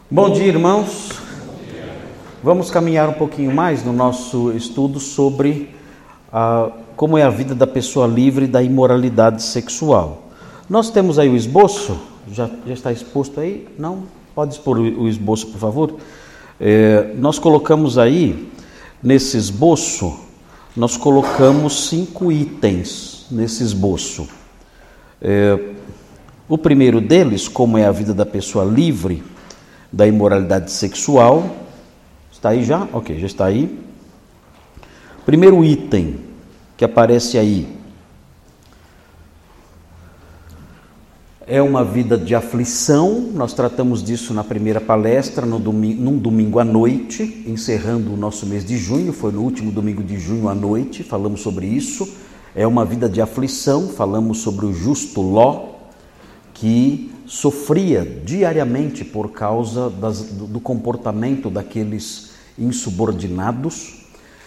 Bom dia, irmãos. Vamos caminhar um pouquinho mais no nosso estudo sobre como é a vida da pessoa livre da imoralidade sexual. Nós temos aí o esboço, já está exposto aí? Não? Pode expor o esboço, por favor? Nós colocamos aí, nesse esboço, nós colocamos 5 itens nesse esboço. O primeiro deles, como é a vida da pessoa livre da imoralidade sexual. Está aí já? Ok, já está aí. Primeiro item que aparece aí é uma vida de aflição. Nós tratamos disso na primeira palestra, num domingo à noite, encerrando o nosso mês de junho. Foi no último domingo de junho à noite, falamos sobre isso. É uma vida de aflição. Falamos sobre o justo Ló, que sofria diariamente por causa do comportamento daqueles insubordinados.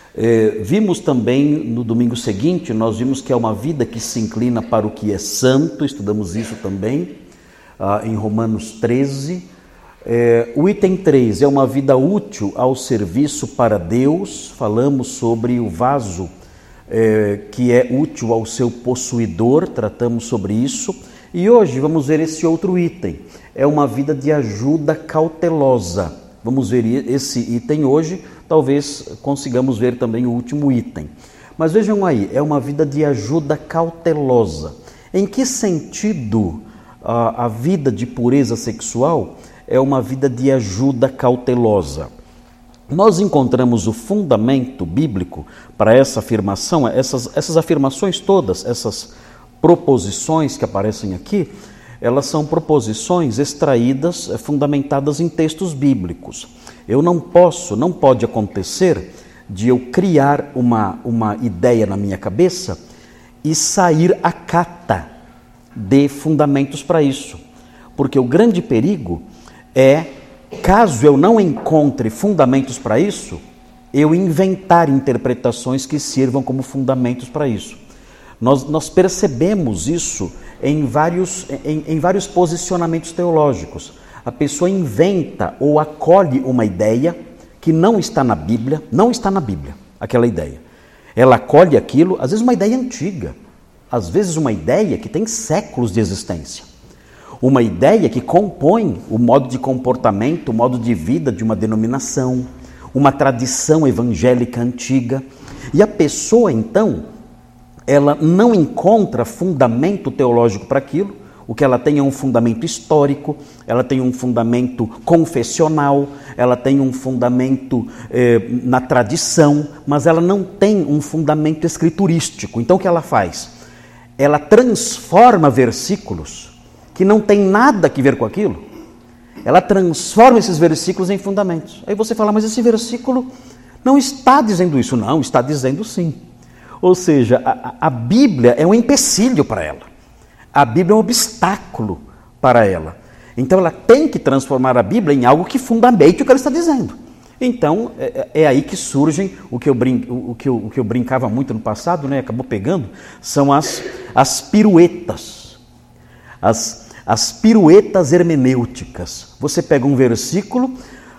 Vimos também no domingo seguinte, nós vimos que é uma vida que se inclina para o que é santo. Estudamos isso também em Romanos 13. O item 3 é uma vida útil ao serviço para Deus. Falamos sobre o vaso que é útil ao seu possuidor, tratamos sobre isso. E hoje vamos ver esse outro item, é uma vida de ajuda cautelosa. Vamos ver esse item hoje, talvez consigamos ver também o último item. Mas vejam aí, é uma vida de ajuda cautelosa. Em que sentido a vida de pureza sexual é uma vida de ajuda cautelosa? Nós encontramos o fundamento bíblico para essa afirmação, essas afirmações todas, essas proposições que aparecem aqui, elas são proposições extraídas, fundamentadas em textos bíblicos. Não pode acontecer de eu criar uma ideia na minha cabeça e sair à cata de fundamentos para isso. Porque o grande perigo é, caso eu não encontre fundamentos para isso, eu inventar interpretações que sirvam como fundamentos para isso. Nós percebemos isso em vários posicionamentos teológicos. A pessoa inventa ou acolhe uma ideia que não está na Bíblia, aquela ideia. Ela acolhe aquilo, às vezes uma ideia antiga, às vezes uma ideia que tem séculos de existência. Uma ideia que compõe o modo de comportamento, o modo de vida de uma denominação, uma tradição evangélica antiga. E a pessoa, então, ela não encontra fundamento teológico para aquilo. O que ela tem é um fundamento histórico, ela tem um fundamento confessional, ela tem um fundamento na tradição, mas ela não tem um fundamento escriturístico. Então o que ela faz? Ela transforma versículos que não tem nada a ver com aquilo, ela transforma esses versículos em fundamentos. Aí você fala, mas esse versículo não está dizendo isso. Não, está dizendo sim. Ou seja, a Bíblia é um empecilho para ela. A Bíblia é um obstáculo para ela. Então ela tem que transformar a Bíblia em algo que fundamente o que ela está dizendo. Então é aí que surgem o que eu brincava muito no passado, né? Acabou pegando, são as piruetas. As piruetas hermenêuticas. Você pega um versículo,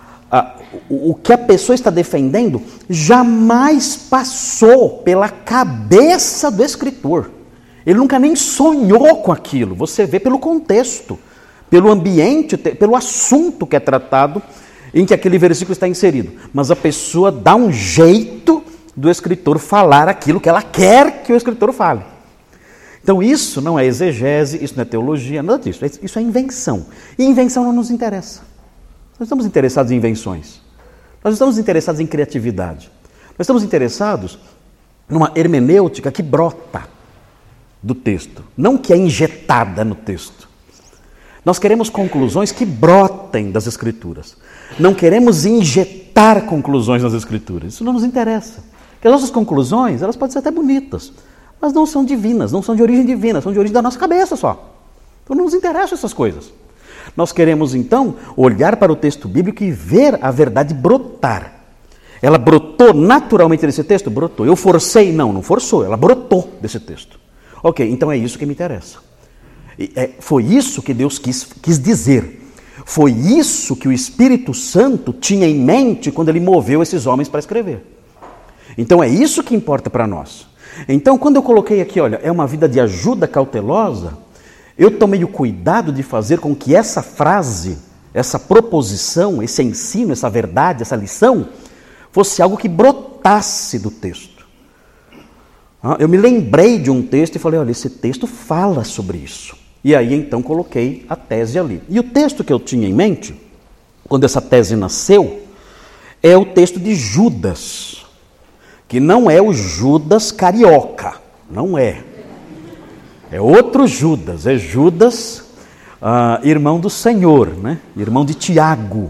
o que a pessoa está defendendo jamais passou pela cabeça do escritor. Ele nunca nem sonhou com aquilo. Você vê pelo contexto, pelo ambiente, pelo assunto que é tratado, em que aquele versículo está inserido. Mas a pessoa dá um jeito do escritor falar aquilo que ela quer que o escritor fale. Então isso não é exegese, isso não é teologia, nada disso. Isso é invenção. E invenção não nos interessa. Nós estamos interessados em invenções. Nós estamos interessados em criatividade. Nós estamos interessados numa hermenêutica que brota do texto, não que é injetada no texto. Nós queremos conclusões que brotem das Escrituras. Não queremos injetar conclusões nas Escrituras. Isso não nos interessa. Porque as nossas conclusões, elas podem ser até bonitas, mas não são divinas, não são de origem divina, são de origem da nossa cabeça só. Então não nos interessam essas coisas. Nós queremos, então, olhar para o texto bíblico e ver a verdade brotar. Ela brotou naturalmente desse texto? Brotou. Eu forcei? Não forçou. Ela brotou desse texto. Ok, então é isso que me interessa. Foi isso que Deus quis dizer. Foi isso que o Espírito Santo tinha em mente quando ele moveu esses homens para escrever. Então é isso que importa para nós. Então quando eu coloquei aqui, olha, é uma vida de ajuda cautelosa, eu tomei o cuidado de fazer com que essa frase, essa proposição, esse ensino, essa verdade, essa lição, fosse algo que brotasse do texto. Eu me lembrei de um texto e falei, olha, esse texto fala sobre isso. E aí então coloquei a tese ali. E o texto que eu tinha em mente, quando essa tese nasceu, é o texto de Judas, que não é o Judas carioca, não é. É outro Judas, é Judas, irmão do Senhor, né? Irmão de Tiago.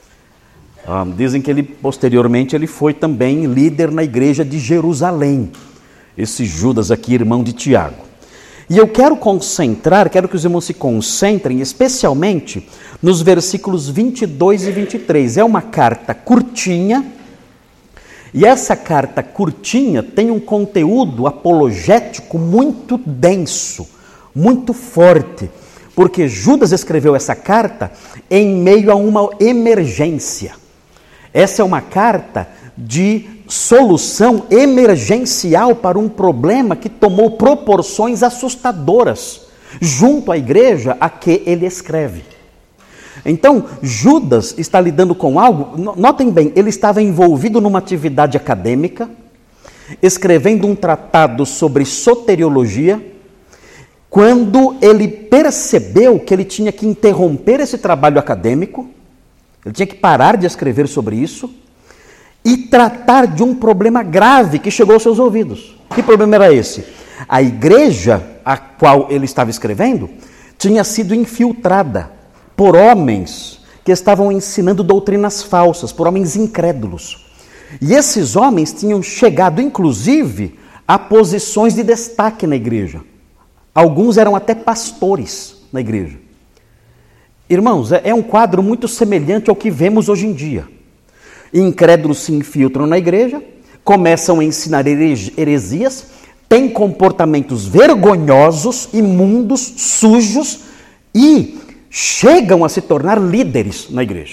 Dizem que ele, posteriormente, ele foi também líder na igreja de Jerusalém. Esse Judas aqui, irmão de Tiago. E eu quero que os irmãos se concentrem, especialmente nos versículos 22 e 23. É uma carta curtinha, e essa carta curtinha tem um conteúdo apologético muito denso, muito forte, porque Judas escreveu essa carta em meio a uma emergência. Essa é uma carta de solução emergencial para um problema que tomou proporções assustadoras junto à igreja a que ele escreve. Então, Judas está lidando com algo, notem bem, ele estava envolvido numa atividade acadêmica, escrevendo um tratado sobre soteriologia, quando ele percebeu que ele tinha que interromper esse trabalho acadêmico, ele tinha que parar de escrever sobre isso, e tratar de um problema grave que chegou aos seus ouvidos. Que problema era esse? A igreja a qual ele estava escrevendo tinha sido infiltrada por homens que estavam ensinando doutrinas falsas, por homens incrédulos. E esses homens tinham chegado, inclusive, a posições de destaque na igreja. Alguns eram até pastores na igreja. Irmãos, é um quadro muito semelhante ao que vemos hoje em dia. Incrédulos se infiltram na igreja, começam a ensinar heresias, têm comportamentos vergonhosos, imundos, sujos e chegam a se tornar líderes na igreja.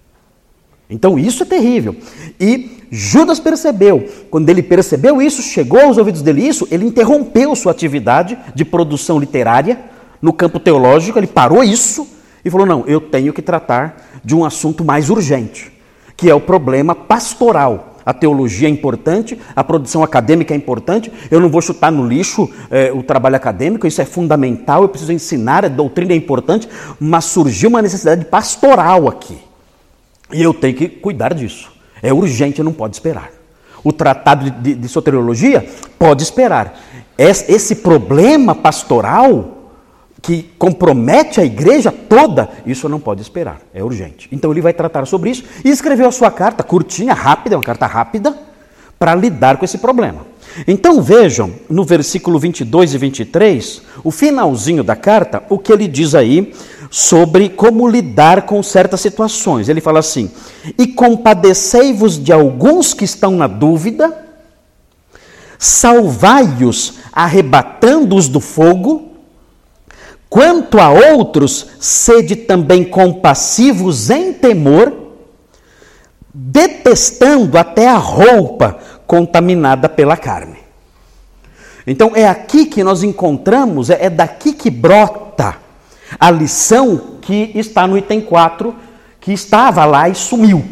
Então isso é terrível. E Judas percebeu, quando ele percebeu isso, chegou aos ouvidos dele isso, ele interrompeu sua atividade de produção literária no campo teológico, ele parou isso e falou, não, eu tenho que tratar de um assunto mais urgente, que é o problema pastoral. A teologia é importante, a produção acadêmica é importante, eu não vou chutar no lixo o trabalho acadêmico, isso é fundamental, eu preciso ensinar, a doutrina é importante, mas surgiu uma necessidade pastoral aqui. E eu tenho que cuidar disso. É urgente, não pode esperar. O tratado de soteriologia pode esperar. Esse problema pastoral que compromete a igreja toda, isso não pode esperar, é urgente. Então ele vai tratar sobre isso e escreveu a sua carta, curtinha, rápida, uma carta rápida, para lidar com esse problema. Então vejam, no versículo 22 e 23, o finalzinho da carta, o que ele diz aí sobre como lidar com certas situações. Ele fala assim, e compadecei-vos de alguns que estão na dúvida, salvai-os arrebatando-os do fogo, quanto a outros, sede também compassivos em temor, detestando até a roupa contaminada pela carne. Então é aqui que nós encontramos, é daqui que brota a lição que está no item 4, que estava lá e sumiu.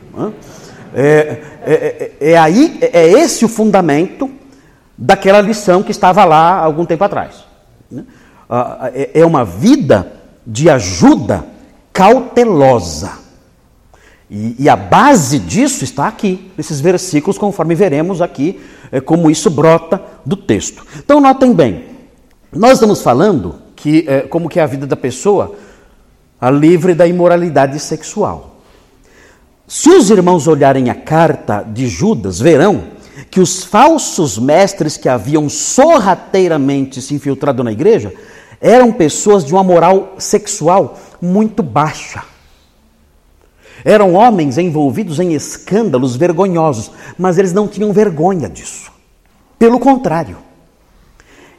É esse o fundamento daquela lição que estava lá há algum tempo atrás. É uma vida de ajuda cautelosa. E a base disso está aqui, nesses versículos, conforme veremos aqui, como isso brota do texto. Então notem bem, nós estamos falando que como que é a vida da pessoa livre da imoralidade sexual. Se os irmãos olharem a carta de Judas, verão que os falsos mestres que haviam sorrateiramente se infiltrado na igreja eram pessoas de uma moral sexual muito baixa. Eram homens envolvidos em escândalos vergonhosos, mas eles não tinham vergonha disso. Pelo contrário,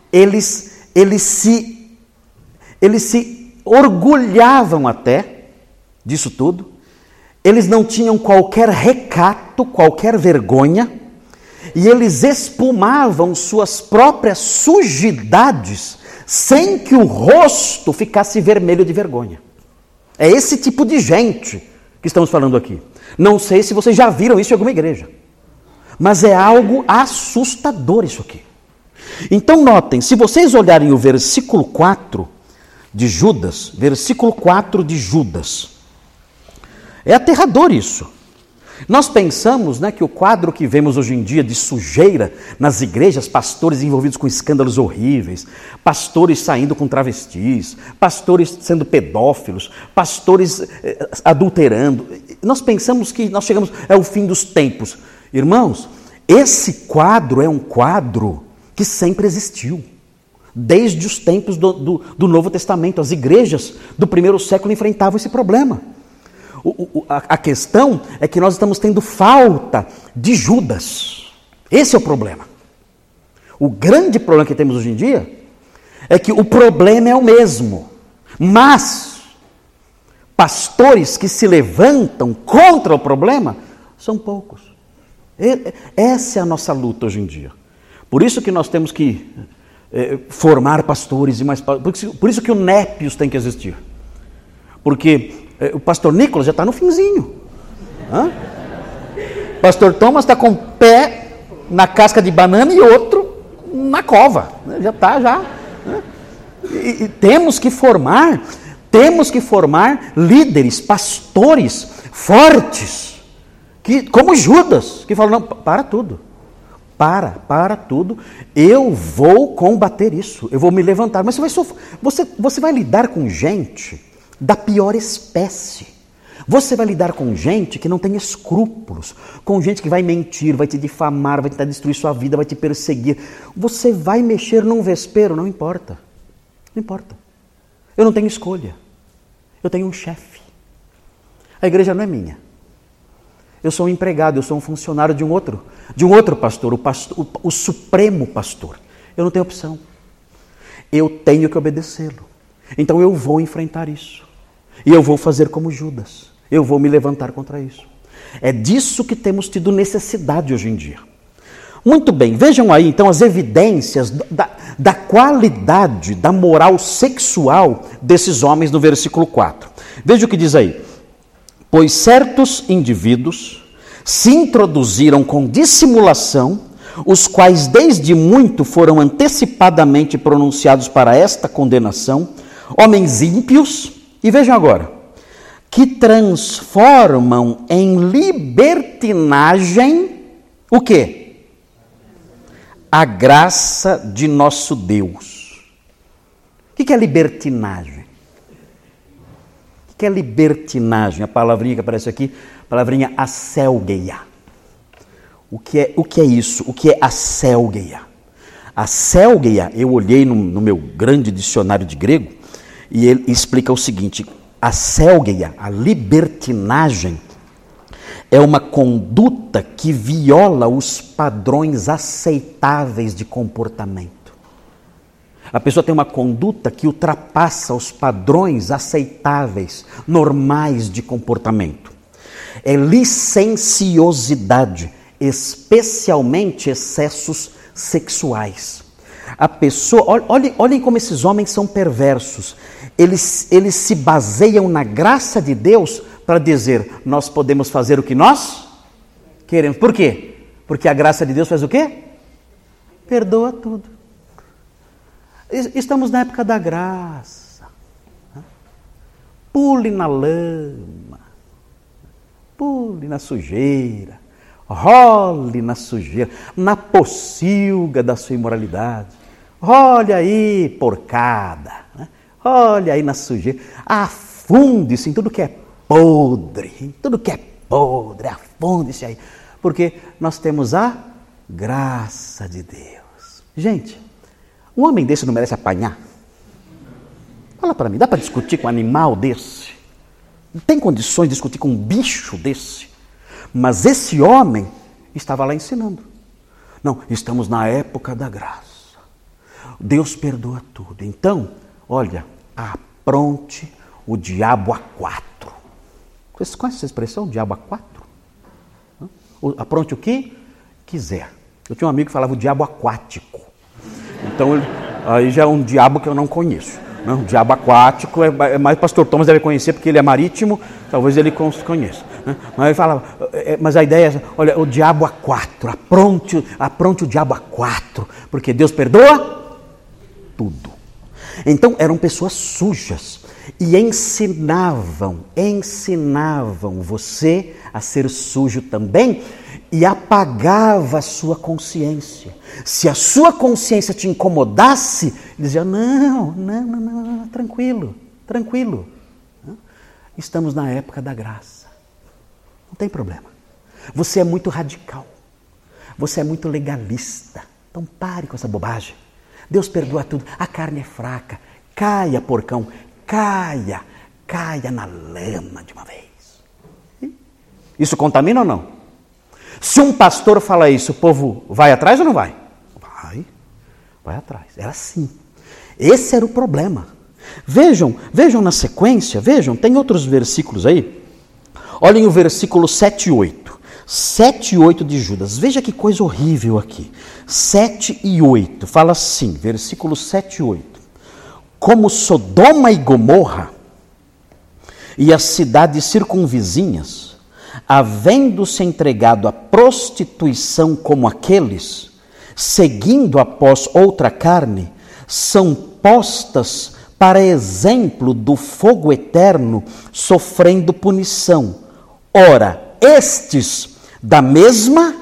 eles se orgulhavam até disso tudo. Eles não tinham qualquer recato, qualquer vergonha, e eles espumavam suas próprias sujidades sem que o rosto ficasse vermelho de vergonha. É esse tipo de gente que estamos falando aqui. Não sei se vocês já viram isso em alguma igreja, mas é algo assustador isso aqui. Então notem, se vocês olharem o versículo 4 de Judas, é aterrador isso. Nós pensamos, né, que o quadro que vemos hoje em dia de sujeira nas igrejas, pastores envolvidos com escândalos horríveis, pastores saindo com travestis, pastores sendo pedófilos, pastores adulterando. Nós pensamos que nós chegamos ao fim dos tempos. Irmãos, esse quadro é um quadro que sempre existiu. Desde os tempos do Novo Testamento, as igrejas do primeiro século enfrentavam esse problema. A questão é que nós estamos tendo falta de Judas. Esse é o problema. O grande problema que temos hoje em dia é que o problema é o mesmo, mas pastores que se levantam contra o problema são poucos. Essa é a nossa luta hoje em dia. Por isso que nós temos que formar pastores e mais pastores. Por isso que o Népios tem que existir. Porque o pastor Nicolas já está no finzinho. Pastor Thomas está com um pé na casca de banana e outro na cova. Já está, já. E temos que formar líderes, pastores fortes, como Judas, que falam, não, para tudo. Para tudo, eu vou combater isso, eu vou me levantar. Mas você vai lidar com gente da pior espécie. Você vai lidar com gente que não tem escrúpulos, com gente que vai mentir, vai te difamar, vai tentar destruir sua vida, vai te perseguir. Você vai mexer num vespeiro, não importa. Não importa. Eu não tenho escolha. Eu tenho um chefe. A igreja não é minha. Eu sou um empregado, eu sou um funcionário de um outro pastor, o supremo pastor. Eu não tenho opção. Eu tenho que obedecê-lo. Então eu vou enfrentar isso. E eu vou fazer como Judas. Eu vou me levantar contra isso. É disso que temos tido necessidade hoje em dia. Muito bem, vejam aí então as evidências da qualidade da moral sexual desses homens no versículo 4. Veja o que diz aí. Pois certos indivíduos se introduziram com dissimulação, os quais desde muito foram antecipadamente pronunciados para esta condenação, homens ímpios, e vejam agora, que transformam em libertinagem o quê? A graça de nosso Deus. O que é libertinagem? O que é libertinagem? A palavrinha que aparece aqui, a palavrinha asselgeia. O que é isso? O que é asselgeia? Asselgeia, eu olhei no meu grande dicionário de grego, e ele explica o seguinte: asselgeia, a libertinagem, é uma conduta que viola os padrões aceitáveis de comportamento. A pessoa tem uma conduta que ultrapassa os padrões aceitáveis, normais de comportamento. É licenciosidade, especialmente excessos sexuais. A pessoa, olhem como esses homens são perversos. Eles se baseiam na graça de Deus para dizer, nós podemos fazer o que nós queremos. Por quê? Porque a graça de Deus faz o quê? Perdoa tudo. Estamos na época da graça. Pule na lama, pule na sujeira, role na sujeira, na pocilga da sua imoralidade. Olha aí, porcada, né? Olha aí na sujeira, afunde-se em tudo que é podre, afunde-se aí, porque nós temos a graça de Deus. Gente, um homem desse não merece apanhar? Fala para mim, dá para discutir com um animal desse? Não tem condições de discutir com um bicho desse? Mas esse homem estava lá ensinando. Não, estamos na época da graça. Deus perdoa tudo. Então, olha, apronte o diabo a 4. Vocês conhecem essa expressão, diabo a quatro? Apronte o que quiser. Eu tinha um amigo que falava o diabo aquático. Então, aí já é um diabo que eu não conheço. Não, o diabo aquático é mais o pastor Thomas deve conhecer, porque ele é marítimo, talvez ele conheça. Né? Mas ele falava, mas a ideia é, olha, o diabo a quatro, apronte o diabo a quatro, porque Deus perdoa tudo. Então eram pessoas sujas e ensinavam você a ser sujo também e apagava a sua consciência. Se a sua consciência te incomodasse, dizia, não, tranquilo. Estamos na época da graça. Não tem problema. Você é muito radical. Você é muito legalista. Então pare com essa bobagem. Deus perdoa tudo. A carne é fraca. Caia, porcão. Caia na lama de uma vez. Isso contamina ou não? Se um pastor fala isso, o povo vai atrás ou não vai? Vai atrás. Era assim. Esse era o problema. Vejam na sequência, tem outros versículos aí. Olhem o versículo 7 e 8. 7 e 8 de Judas. Veja que coisa horrível aqui. 7 e 8. Fala assim, versículo 7 e 8. Como Sodoma e Gomorra e as cidades circunvizinhas, havendo-se entregado à prostituição como aqueles, seguindo após outra carne, são postas para exemplo do fogo eterno, sofrendo punição. Ora, estes da mesma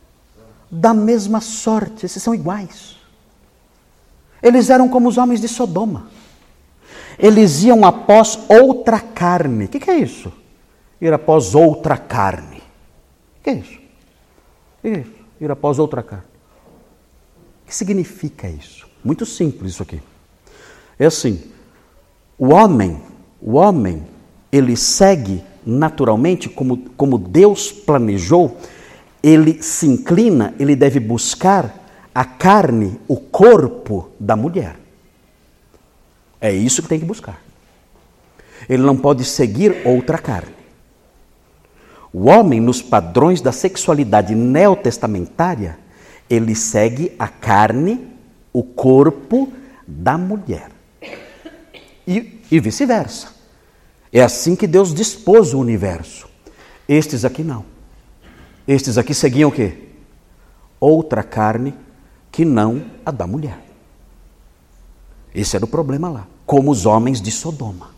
sorte, esses são iguais. Eles eram como os homens de Sodoma. Eles iam após outra carne. O que é isso? Ir após outra carne. O que é isso? Ir após outra carne. O que significa isso? Muito simples isso aqui. É assim, o homem, ele segue naturalmente como Deus planejou, ele se inclina, ele deve buscar a carne, o corpo da mulher. É isso que tem que buscar. Ele não pode seguir outra carne. O homem, nos padrões da sexualidade neotestamentária, ele segue a carne, o corpo da mulher. E vice-versa. É assim que Deus dispôs o universo. Estes aqui não. Estes aqui seguiam o quê? Outra carne que não a da mulher. Esse era o problema lá. Como os homens de Sodoma.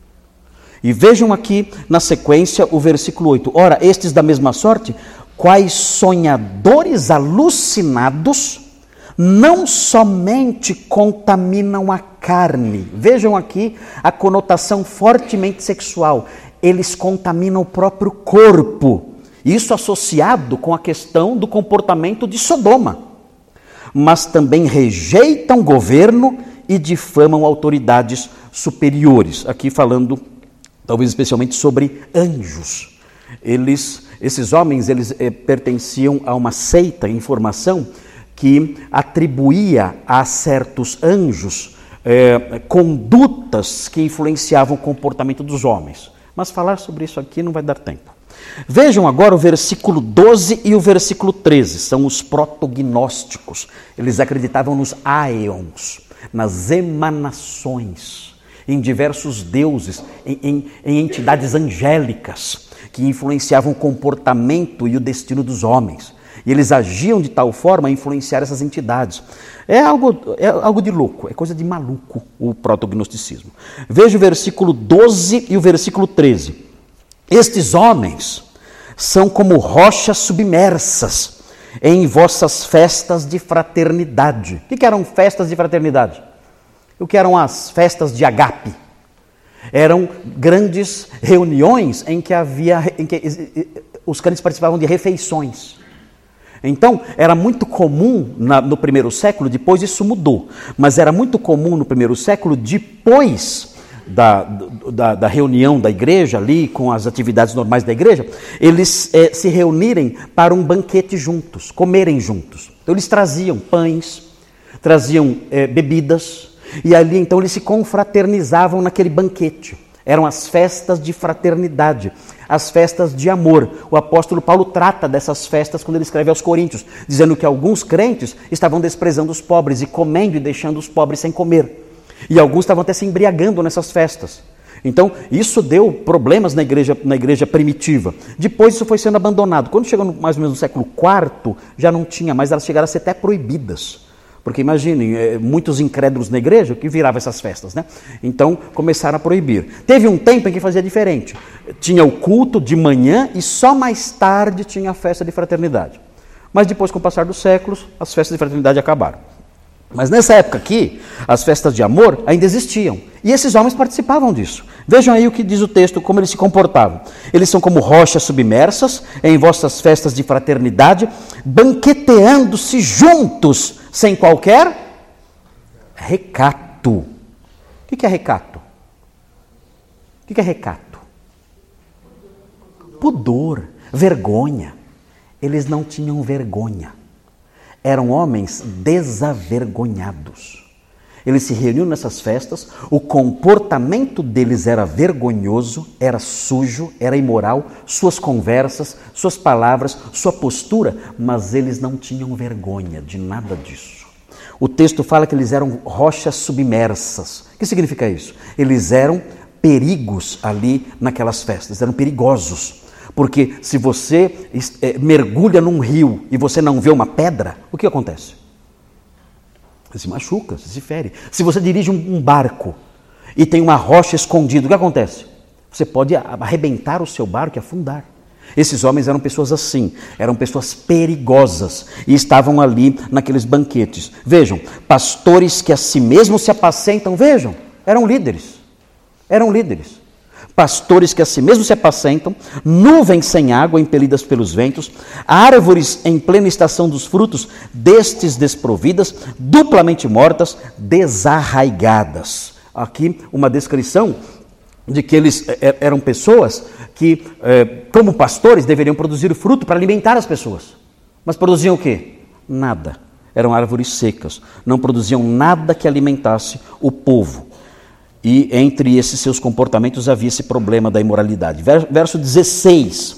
E vejam aqui na sequência o versículo 8. Ora, estes da mesma sorte, quais sonhadores alucinados, não somente contaminam a carne. Vejam aqui a conotação fortemente sexual. Eles contaminam o próprio corpo. Isso associado com a questão do comportamento de Sodoma. Mas também rejeitam o governo e difamam autoridades superiores. Aqui falando, talvez especialmente sobre anjos. Esses homens, eles pertenciam a uma seita em formação que atribuía a certos anjos condutas que influenciavam o comportamento dos homens. Mas falar sobre isso aqui não vai dar tempo. Vejam agora o versículo 12 e o versículo 13. São os protognósticos. Eles acreditavam nos aeons, nas emanações, em diversos deuses, em entidades angélicas que influenciavam o comportamento e o destino dos homens. E eles agiam de tal forma a influenciar essas entidades. É algo de louco, é coisa de maluco o protognosticismo. Veja o versículo 12 e o versículo 13. Estes homens são como rochas submersas em vossas festas de fraternidade. O que eram festas de fraternidade? O que eram as festas de agape? Eram grandes reuniões em que os crentes participavam de refeições. Então, era muito comum no primeiro século, depois isso mudou, mas era muito comum no primeiro século, depois da reunião da igreja ali, com as atividades normais da igreja, eles se reunirem para um banquete juntos, comerem juntos. Então, eles traziam pães, traziam bebidas, e ali então eles se confraternizavam naquele banquete. Eram as festas de fraternidade, as festas de amor. O apóstolo Paulo trata dessas festas quando ele escreve aos Coríntios, dizendo que alguns crentes estavam desprezando os pobres e comendo e deixando os pobres sem comer. E alguns estavam até se embriagando nessas festas. Então, isso deu problemas na igreja primitiva. Depois isso foi sendo abandonado. Quando chegou mais ou menos no século IV, já não tinha mais, elas chegaram a ser até proibidas. Porque imaginem, muitos incrédulos na igreja que viravam essas festas, né? Então começaram a proibir. Teve um tempo em que fazia diferente. Tinha o culto de manhã e só mais tarde tinha a festa de fraternidade. Mas depois, com o passar dos séculos, as festas de fraternidade acabaram. Mas nessa época aqui, as festas de amor ainda existiam. E esses homens participavam disso. Vejam aí o que diz o texto, como eles se comportavam. Eles são como rochas submersas em vossas festas de fraternidade, banqueteando-se juntos, sem qualquer recato. O que é recato? O que é recato? Pudor, vergonha. Eles não tinham vergonha. Eram homens desavergonhados. Eles se reuniam nessas festas, o comportamento deles era vergonhoso, era sujo, era imoral, suas conversas, suas palavras, sua postura, mas eles não tinham vergonha de nada disso. O texto fala que eles eram rochas submersas. O que significa isso? Eles eram perigos ali naquelas festas, eram perigosos. Porque se você mergulha num rio e você não vê uma pedra, o que acontece? Você se machuca, você se fere. Se você dirige um barco e tem uma rocha escondida, o que acontece? Você pode arrebentar o seu barco e afundar. Esses homens eram pessoas assim, eram pessoas perigosas e estavam ali naqueles banquetes. Vejam, pastores que a si mesmos se apacentam, vejam, eram líderes. Pastores que a si mesmos se apacentam, nuvens sem água impelidas pelos ventos, árvores em plena estação dos frutos, destes desprovidas, duplamente mortas, desarraigadas. Aqui uma descrição de que eles eram pessoas que, como pastores, deveriam produzir fruto para alimentar as pessoas. Mas produziam o quê? Nada. Eram árvores secas, não produziam nada que alimentasse o povo. E entre esses seus comportamentos havia esse problema da imoralidade. Verso 16.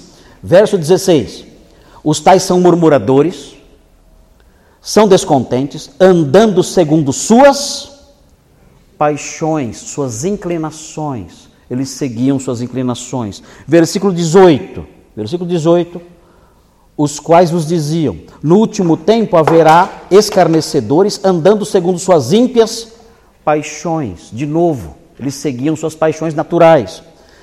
Os tais são murmuradores, são descontentes, andando segundo suas paixões, suas inclinações. Eles seguiam suas inclinações. Versículo 18. Os quais vos diziam: no último tempo haverá escarnecedores, andando segundo suas ímpias paixões. De novo, eles seguiam suas paixões naturais.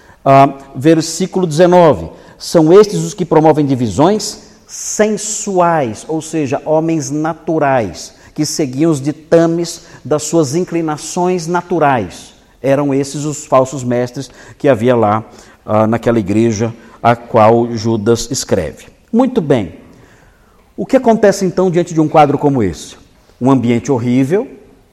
Versículo 19. São estes os que promovem divisões sensuais, ou seja, homens naturais, que seguiam os ditames das suas inclinações naturais. Eram esses os falsos mestres que havia lá naquela igreja a qual Judas escreve. Muito bem. O que acontece então diante de um quadro como esse? Um ambiente horrível,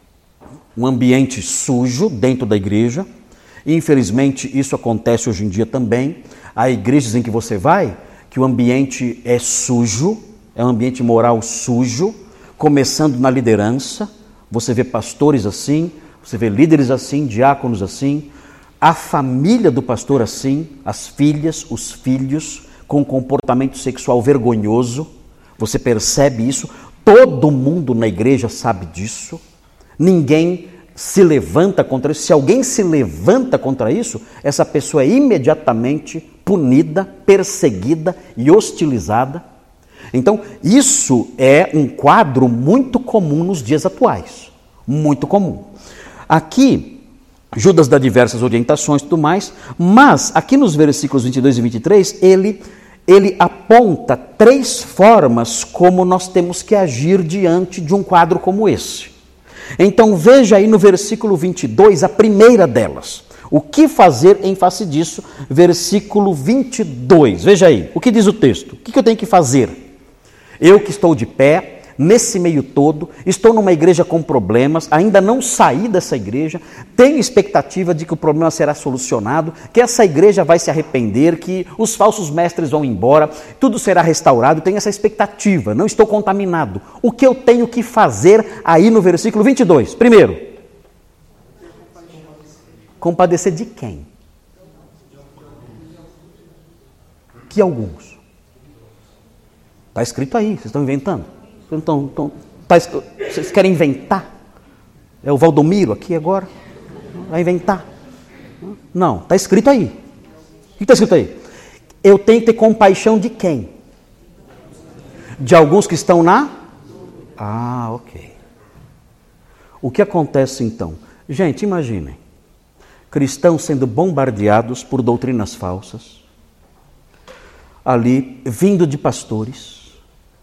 um ambiente sujo dentro da igreja. Infelizmente, isso acontece hoje em dia também. Há igrejas em que você vai, que o ambiente é sujo, é um ambiente moral sujo, começando na liderança. Você vê pastores assim, você vê líderes assim, diáconos assim, a família do pastor assim, as filhas, os filhos, com comportamento sexual vergonhoso. Você percebe isso, todo mundo na igreja sabe disso. Ninguém se levanta contra isso. Se alguém se levanta contra isso, essa pessoa é imediatamente punida, perseguida e hostilizada. Então, isso é um quadro muito comum nos dias atuais. Muito comum. Aqui, Judas dá diversas orientações e tudo mais, mas aqui nos versículos 22 e 23, ele aponta 3 formas como nós temos que agir diante de um quadro como esse. Então veja aí no versículo 22 a primeira delas. O que fazer em face disso? Versículo 22. Veja aí, o que diz o texto? O que eu tenho que fazer? Eu que estou de pé, nesse meio todo, estou numa igreja com problemas, ainda não saí dessa igreja, tenho expectativa de que o problema será solucionado, que essa igreja vai se arrepender, que os falsos mestres vão embora, tudo será restaurado, tenho essa expectativa, não estou contaminado. O que eu tenho que fazer aí no versículo 22? Primeiro, compadecer de quem? Que alguns? Está escrito aí, vocês estão inventando. Vocês querem inventar? É o Valdomiro aqui agora? Vai inventar? Não, está escrito aí. O que está escrito aí? Eu tenho que ter compaixão de quem? De alguns que estão na... Ah, ok. O que acontece então? Gente, imaginem. Cristãos sendo bombardeados por doutrinas falsas. Ali, vindo de pastores.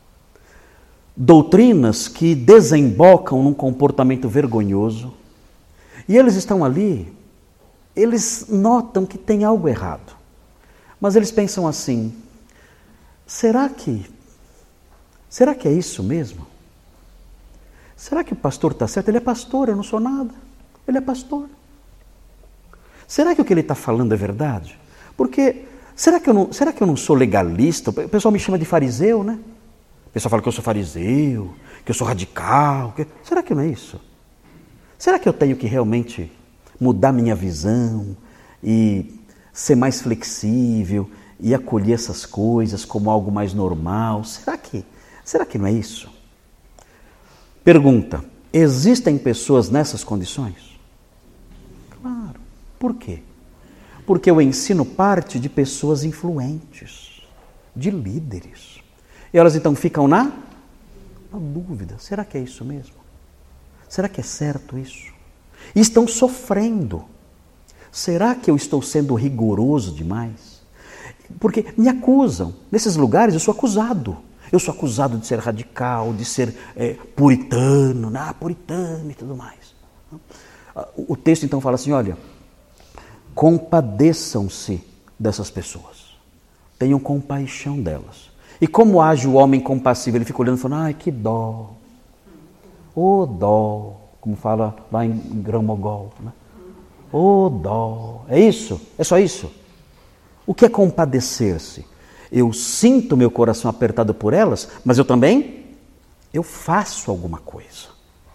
Doutrinas que desembocam num comportamento vergonhoso. E eles estão ali, eles notam que tem algo errado. Mas eles pensam assim, será que é isso mesmo? Será que o pastor está certo? Ele é pastor, eu não sou nada. Ele é pastor. Será que o que ele está falando é verdade? Porque, será que eu não sou legalista? O pessoal me chama de fariseu, né? O pessoal fala que eu sou fariseu, que eu sou radical. Será que não é isso? Será que eu tenho que realmente mudar minha visão e ser mais flexível e acolher essas coisas como algo mais normal? Será que não é isso? Pergunta, existem pessoas nessas condições? Claro. Por quê? Porque o ensino parte de pessoas influentes, de líderes. E elas então ficam na dúvida. Será que é isso mesmo? Será que é certo isso? E estão sofrendo. Será que eu estou sendo rigoroso demais? Porque me acusam. Nesses lugares eu sou acusado. Eu sou acusado de ser radical, de ser puritano, puritano e tudo mais. O texto então fala assim, olha, compadeçam-se dessas pessoas. Tenham compaixão delas. E como age o homem compassivo? Ele fica olhando e falando, ai, que dó. Ô dó, como fala lá em Grão-Mogol, né? Ô dó. É isso? É só isso? O que é compadecer-se? Eu sinto meu coração apertado por elas, mas eu faço alguma coisa.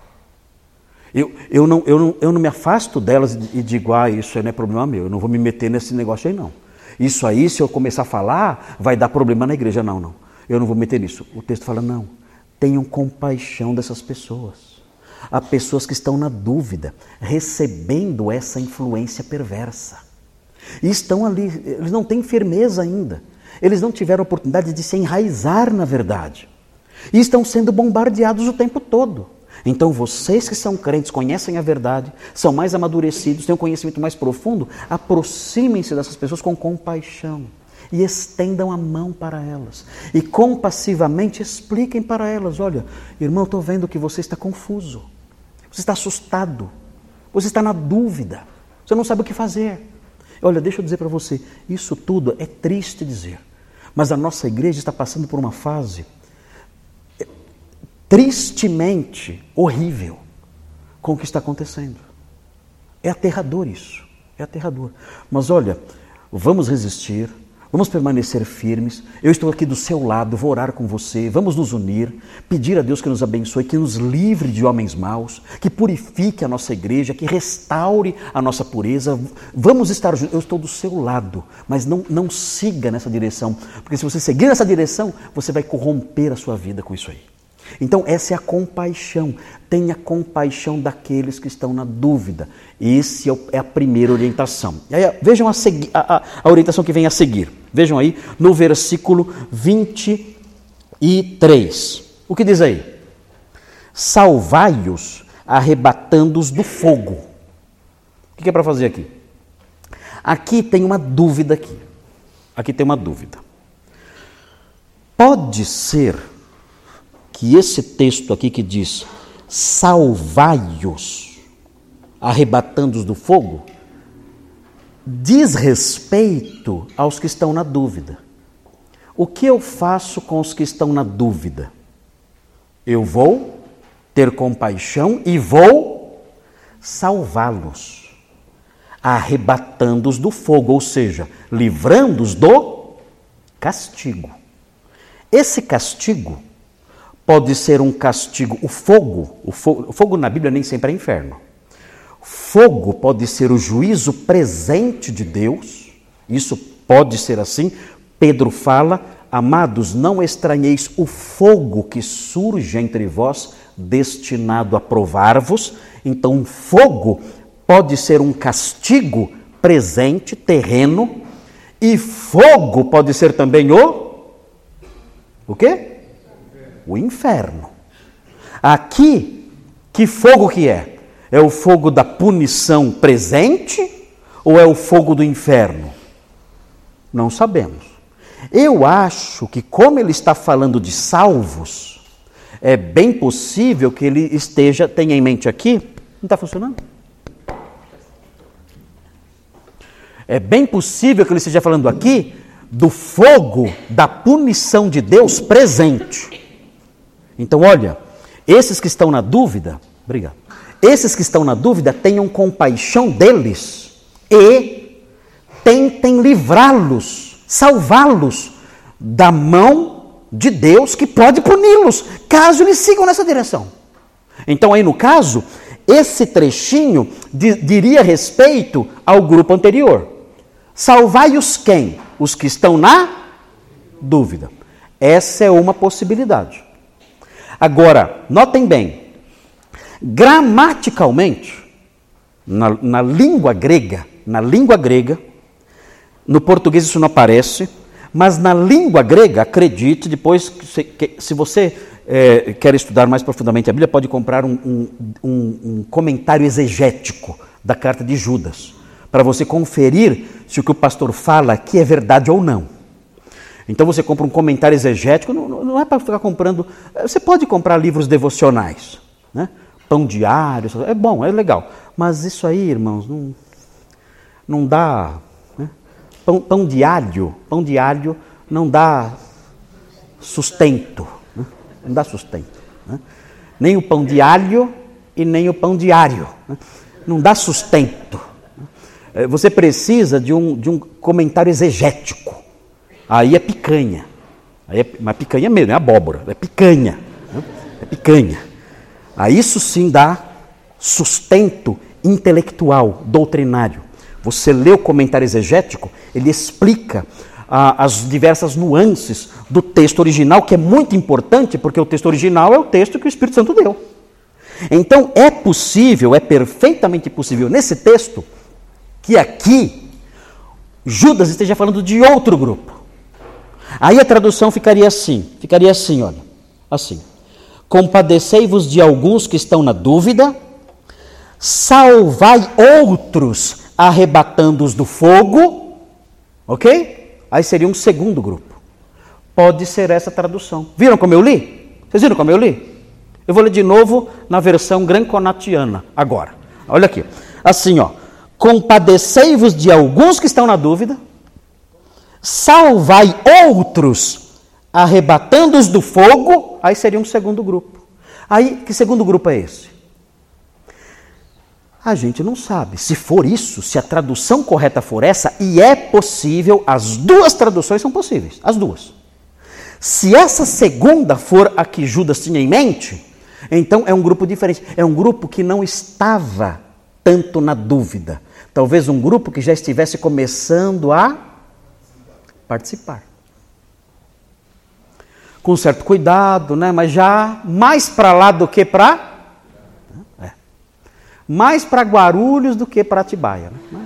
Eu não me afasto delas e digo, isso aí não é problema meu, eu não vou me meter nesse negócio aí não. Isso aí, se eu começar a falar, vai dar problema na igreja. Não, eu não vou meter nisso. O texto fala, não, tenham compaixão dessas pessoas. Há pessoas que estão na dúvida, recebendo essa influência perversa. E estão ali, eles não têm firmeza ainda. Eles não tiveram oportunidade de se enraizar na verdade. E estão sendo bombardeados o tempo todo. Então vocês que são crentes, conhecem a verdade, são mais amadurecidos, têm um conhecimento mais profundo, aproximem-se dessas pessoas com compaixão. E estendam a mão para elas. E compassivamente expliquem para elas, olha, irmão, estou vendo que você está confuso. Você está assustado. Você está na dúvida. Você não sabe o que fazer. Olha, deixa eu dizer para você, isso tudo é triste dizer. Mas a nossa igreja está passando por uma fase tristemente horrível com o que está acontecendo. É aterrador isso. É aterrador. Mas olha, vamos resistir. Vamos permanecer firmes. Eu estou aqui do seu lado, vou orar com você. Vamos nos unir, pedir a Deus que nos abençoe, que nos livre de homens maus, que purifique a nossa igreja, que restaure a nossa pureza. Vamos estar juntos. Eu estou do seu lado, mas não siga nessa direção, porque se você seguir nessa direção, você vai corromper a sua vida com isso aí. Então essa é a compaixão. Tenha compaixão daqueles que estão na dúvida. Essa é a primeira orientação. E aí, vejam a orientação que vem a seguir. Vejam aí no versículo 23. O que diz aí? Salvai-os arrebatando-os do fogo. O que é para fazer aqui? Aqui tem uma dúvida aqui. Aqui tem uma dúvida. Pode ser que esse texto aqui que diz salvai-os, arrebatando-os do fogo, diz respeito aos que estão na dúvida. O que eu faço com os que estão na dúvida? Eu vou ter compaixão e vou salvá-los, arrebatando-os do fogo, ou seja, livrando-os do castigo. Esse castigo pode ser um castigo, o fogo na Bíblia nem sempre é inferno. Fogo pode ser o juízo presente de Deus, isso pode ser assim, Pedro fala: amados, não estranheis o fogo que surge entre vós, destinado a provar-vos. Então, fogo pode ser um castigo presente, terreno, e fogo pode ser também o quê? O inferno. Aqui, que fogo que é? É o fogo da punição presente ou é o fogo do inferno? Não sabemos. Eu acho que, como ele está falando de salvos, é bem possível que ele tenha em mente aqui. Não está funcionando? É bem possível que ele esteja falando aqui do fogo da punição de Deus presente. Então, olha, esses que estão na dúvida, obrigado. Esses que estão na dúvida, tenham compaixão deles e tentem livrá-los, salvá-los da mão de Deus que pode puni-los, caso eles sigam nessa direção. Então, aí no caso, esse trechinho diria respeito ao grupo anterior. Salvai-os quem? Os que estão na dúvida. Essa é uma possibilidade. Agora, notem bem, gramaticalmente, na língua grega, no português isso não aparece, mas na língua grega, acredite, depois, se você quer estudar mais profundamente a Bíblia, pode comprar um comentário exegético da carta de Judas, para você conferir se o que o pastor fala aqui é verdade ou não. Então você compra um comentário exegético, não é para ficar comprando, você pode comprar livros devocionais, né? Pão diário, é bom, é legal, mas isso aí, irmãos, não dá, né? Pão diário não dá sustento, né? Não dá sustento, né? Nem o pão de alho e nem o pão diário, né? Não dá sustento. Você precisa de um comentário exegético. Aí é picanha. Mas picanha mesmo, não é abóbora, é picanha. Né? É picanha. Aí isso sim dá sustento intelectual, doutrinário. Você lê o comentário exegético, ele explica as diversas nuances do texto original, que é muito importante, porque o texto original é o texto que o Espírito Santo deu. Então é possível, é perfeitamente possível nesse texto, que aqui Judas esteja falando de outro grupo. Aí a tradução ficaria assim, olha, assim: compadecei-vos de alguns que estão na dúvida, salvai outros, arrebatando-os do fogo, ok? Aí seria um segundo grupo. Pode ser essa tradução. Viram como eu li? Vocês viram como eu li? Eu vou ler de novo na versão granconatiana agora. Olha aqui, assim ó: compadecei-vos de alguns que estão na dúvida, salvai outros, arrebatando-os do fogo. Aí seria um segundo grupo. Aí, que segundo grupo é esse? A gente não sabe. Se for isso, se a tradução correta for essa, e é possível, as duas traduções são possíveis, as duas. Se essa segunda for a que Judas tinha em mente, então é um grupo diferente. É um grupo que não estava tanto na dúvida. Talvez um grupo que já estivesse começando a participar. Com certo cuidado, né? Mas já mais para lá do que para... Mais para Guarulhos do que para Atibaia. Né?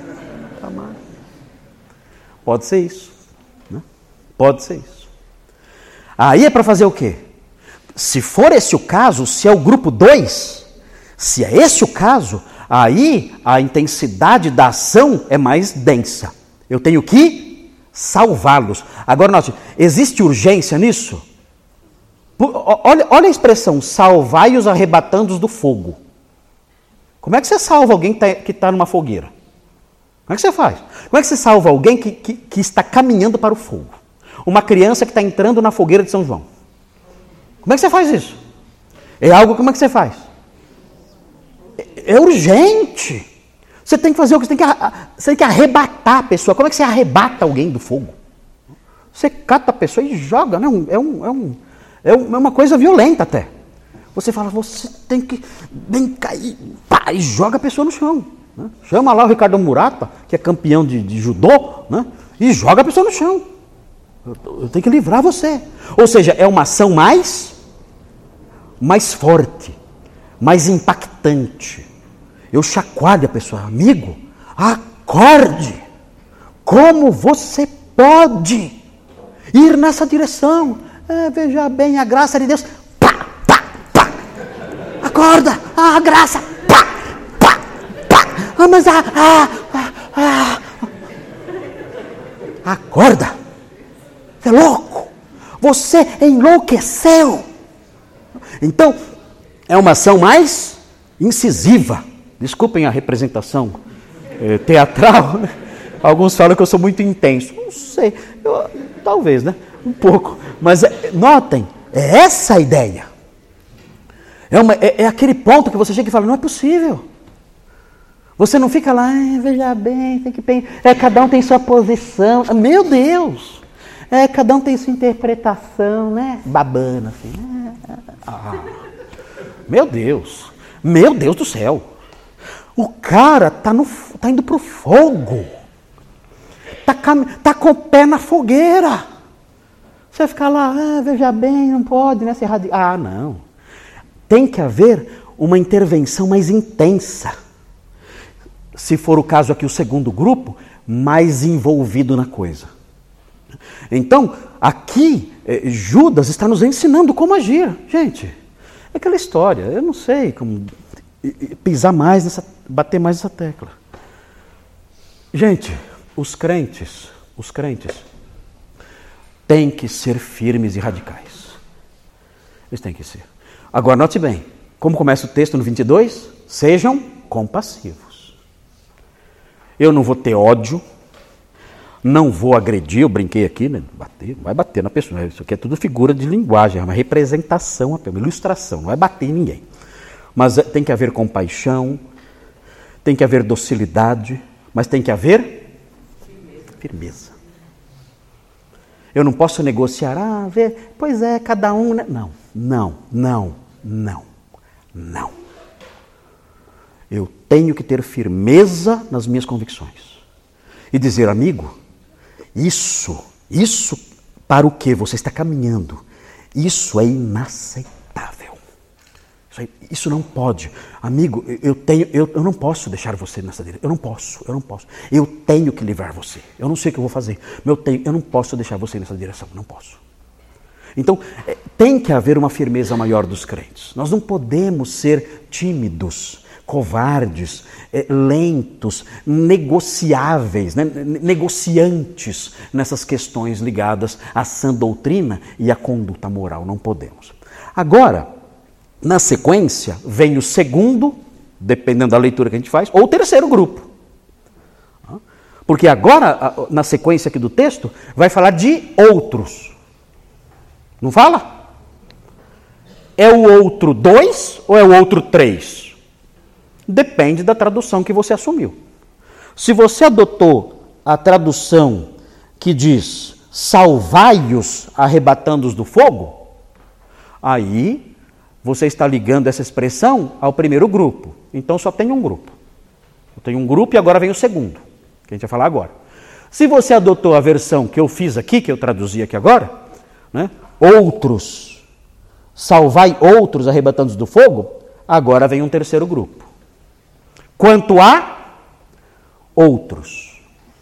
Pode ser isso. Né? Pode ser isso. Aí é para fazer o quê? Se for esse o caso, se é o grupo 2, se é esse o caso, aí a intensidade da ação é mais densa. Eu tenho que salvá-los. Agora, note, existe urgência nisso? Olha a expressão: salvai-os arrebatando-os do fogo. Como é que você salva alguém que está numa fogueira? Como é que você faz? Como é que você salva alguém que está caminhando para o fogo? Uma criança que está entrando na fogueira de São João. Como é que você faz isso? É algo, como é que você faz? É urgente. Você tem que fazer o que você tem que arrebatar a pessoa. Como é que você arrebata alguém do fogo? Você cata a pessoa e joga, né? É uma coisa violenta até. Você fala, você tem que bem cair, pá, e joga a pessoa no chão. Né? Chama lá o Ricardo Murata, que é campeão de judô, né? E joga a pessoa no chão. Eu tenho que livrar você. Ou seja, é uma ação mais forte, mais impactante. Eu chacoalho a pessoa, amigo, acorde. Como você pode ir nessa direção? Veja bem, a graça de Deus. Pá, pá, pá. Acorda, a graça. Pá, pá, pá. Mas acorda. Você é louco. Você enlouqueceu. Então, é uma ação mais incisiva. Desculpem a representação teatral, né? Alguns falam que eu sou muito intenso. Não sei, talvez, né? Um pouco. Mas notem, é essa a ideia. É aquele ponto que você chega e fala, não é possível. Você não fica lá, veja bem, tem que pensar. Cada um tem sua posição. Meu Deus! Cada um tem sua interpretação, né? Babana, assim. Meu Deus do céu. O cara tá indo pro fogo. Tá com o pé na fogueira. Você fica lá, veja bem, não pode, né? Não. Tem que haver uma intervenção mais intensa. Se for o caso aqui, o segundo grupo, mais envolvido na coisa. Então, aqui, Judas está nos ensinando como agir. Gente, é aquela história, eu não sei como bater mais nessa tecla. Gente, os crentes têm que ser firmes e radicais. Eles têm que ser. Agora, note bem, como começa o texto no 22? Sejam compassivos. Eu não vou ter ódio, não vou agredir, eu brinquei aqui, né? Vai bater na pessoa. Isso aqui é tudo figura de linguagem, é uma representação, uma ilustração, não vai bater em ninguém. Mas tem que haver compaixão, tem que haver docilidade, mas tem que haver firmeza. Eu não posso negociar, pois é, cada um... Né? Não. Eu tenho que ter firmeza nas minhas convicções. E dizer, amigo, isso para o que você está caminhando, isso é inaceitável. Isso não pode. Amigo, eu não posso deixar você nessa direção. Eu não posso. Eu tenho que livrar você. Eu não sei o que eu vou fazer. Eu não posso deixar você nessa direção. Não posso. Então, tem que haver uma firmeza maior dos crentes. Nós não podemos ser tímidos, covardes, lentos, negociáveis, né? Negociantes nessas questões ligadas à sã doutrina e à conduta moral. Não podemos. Agora, na sequência, vem o segundo, dependendo da leitura que a gente faz, ou o terceiro grupo. Porque agora, na sequência aqui do texto, vai falar de outros. Não fala? É o outro 2 ou é o outro 3? Depende da tradução que você assumiu. Se você adotou a tradução que diz salvai-os arrebatando-os do fogo, aí você está ligando essa expressão ao primeiro grupo. Então só tem um grupo. Eu tenho um grupo e agora vem o segundo, que a gente vai falar agora. Se você adotou a versão que eu fiz aqui, que eu traduzi aqui agora, né? Outros, salvai outros arrebatando-os do fogo, agora vem um terceiro grupo. Quanto a outros.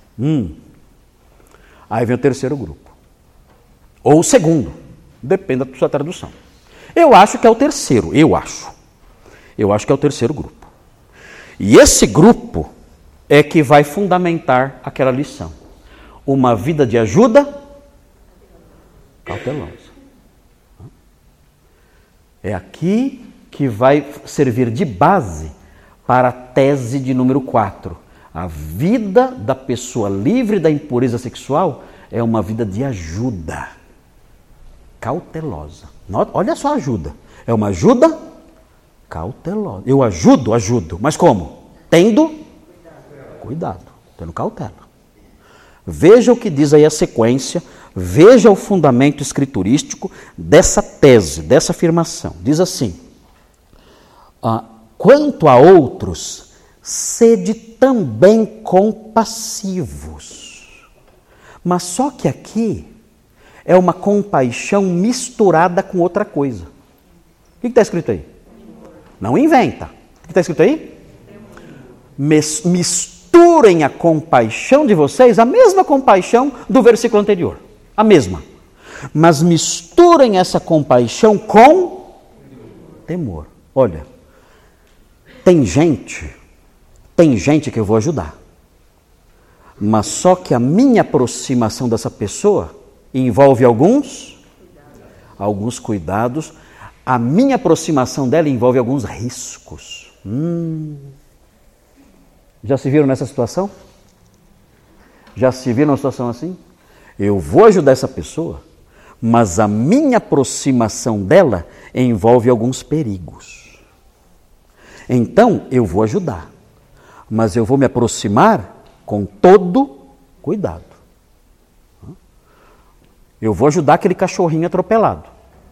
Aí vem o terceiro grupo. Ou o segundo, depende da sua tradução. Eu acho que é o terceiro, eu acho que é o terceiro grupo. E esse grupo é que vai fundamentar aquela lição. Uma vida de ajuda cautelosa. É aqui que vai servir de base para a tese de número 4. A vida da pessoa livre da impureza sexual é uma vida de ajuda cautelosa. Olha só a ajuda. É uma ajuda cautelosa. Eu ajudo. Mas como? Tendo cuidado, tendo cautela. Veja o que diz aí a sequência, veja o fundamento escriturístico dessa tese, dessa afirmação. Diz assim, quanto a outros, sede também compassivos. Mas só que aqui é uma compaixão misturada com outra coisa. O que está escrito aí? Não inventa. O que está escrito aí? Misturem a compaixão de vocês, a mesma compaixão do versículo anterior. A mesma. Mas misturem essa compaixão com temor. Olha, tem gente que eu vou ajudar. Mas só que a minha aproximação dessa pessoa envolve alguns cuidados. A minha aproximação dela envolve alguns riscos. Já se viram nessa situação? Já se viram numa situação assim? Eu vou ajudar essa pessoa, mas a minha aproximação dela envolve alguns perigos. Então, eu vou ajudar, mas eu vou me aproximar com todo cuidado. Eu vou ajudar aquele cachorrinho atropelado.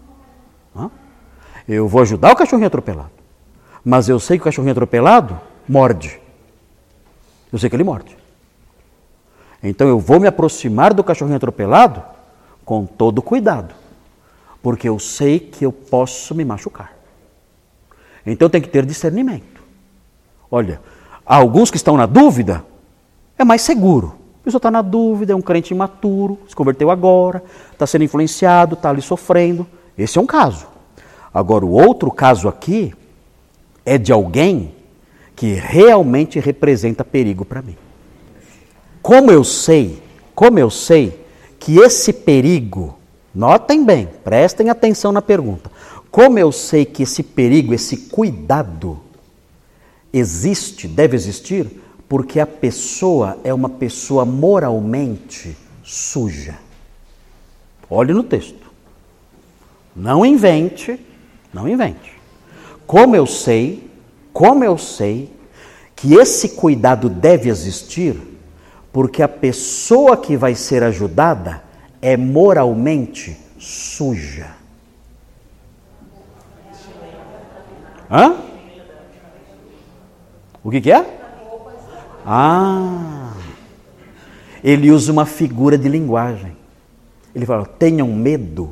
Eu vou ajudar o cachorrinho atropelado, mas eu sei que o cachorrinho atropelado morde. Eu sei que ele morde. Então eu vou me aproximar do cachorrinho atropelado com todo cuidado, porque eu sei que eu posso me machucar. Então tem que ter discernimento. Olha, alguns que estão na dúvida, é mais seguro. A pessoa está na dúvida, é um crente imaturo, se converteu agora, está sendo influenciado, está ali sofrendo. Esse é um caso. Agora, o outro caso aqui é de alguém que realmente representa perigo para mim. Como eu sei que esse perigo, notem bem, prestem atenção na pergunta, como eu sei que esse perigo, esse cuidado existe, deve existir, porque a pessoa é uma pessoa moralmente suja. Olhe no texto. Não invente. Como eu sei que esse cuidado deve existir, porque a pessoa que vai ser ajudada é moralmente suja. O que é? Ele usa uma figura de linguagem. Ele fala, tenham medo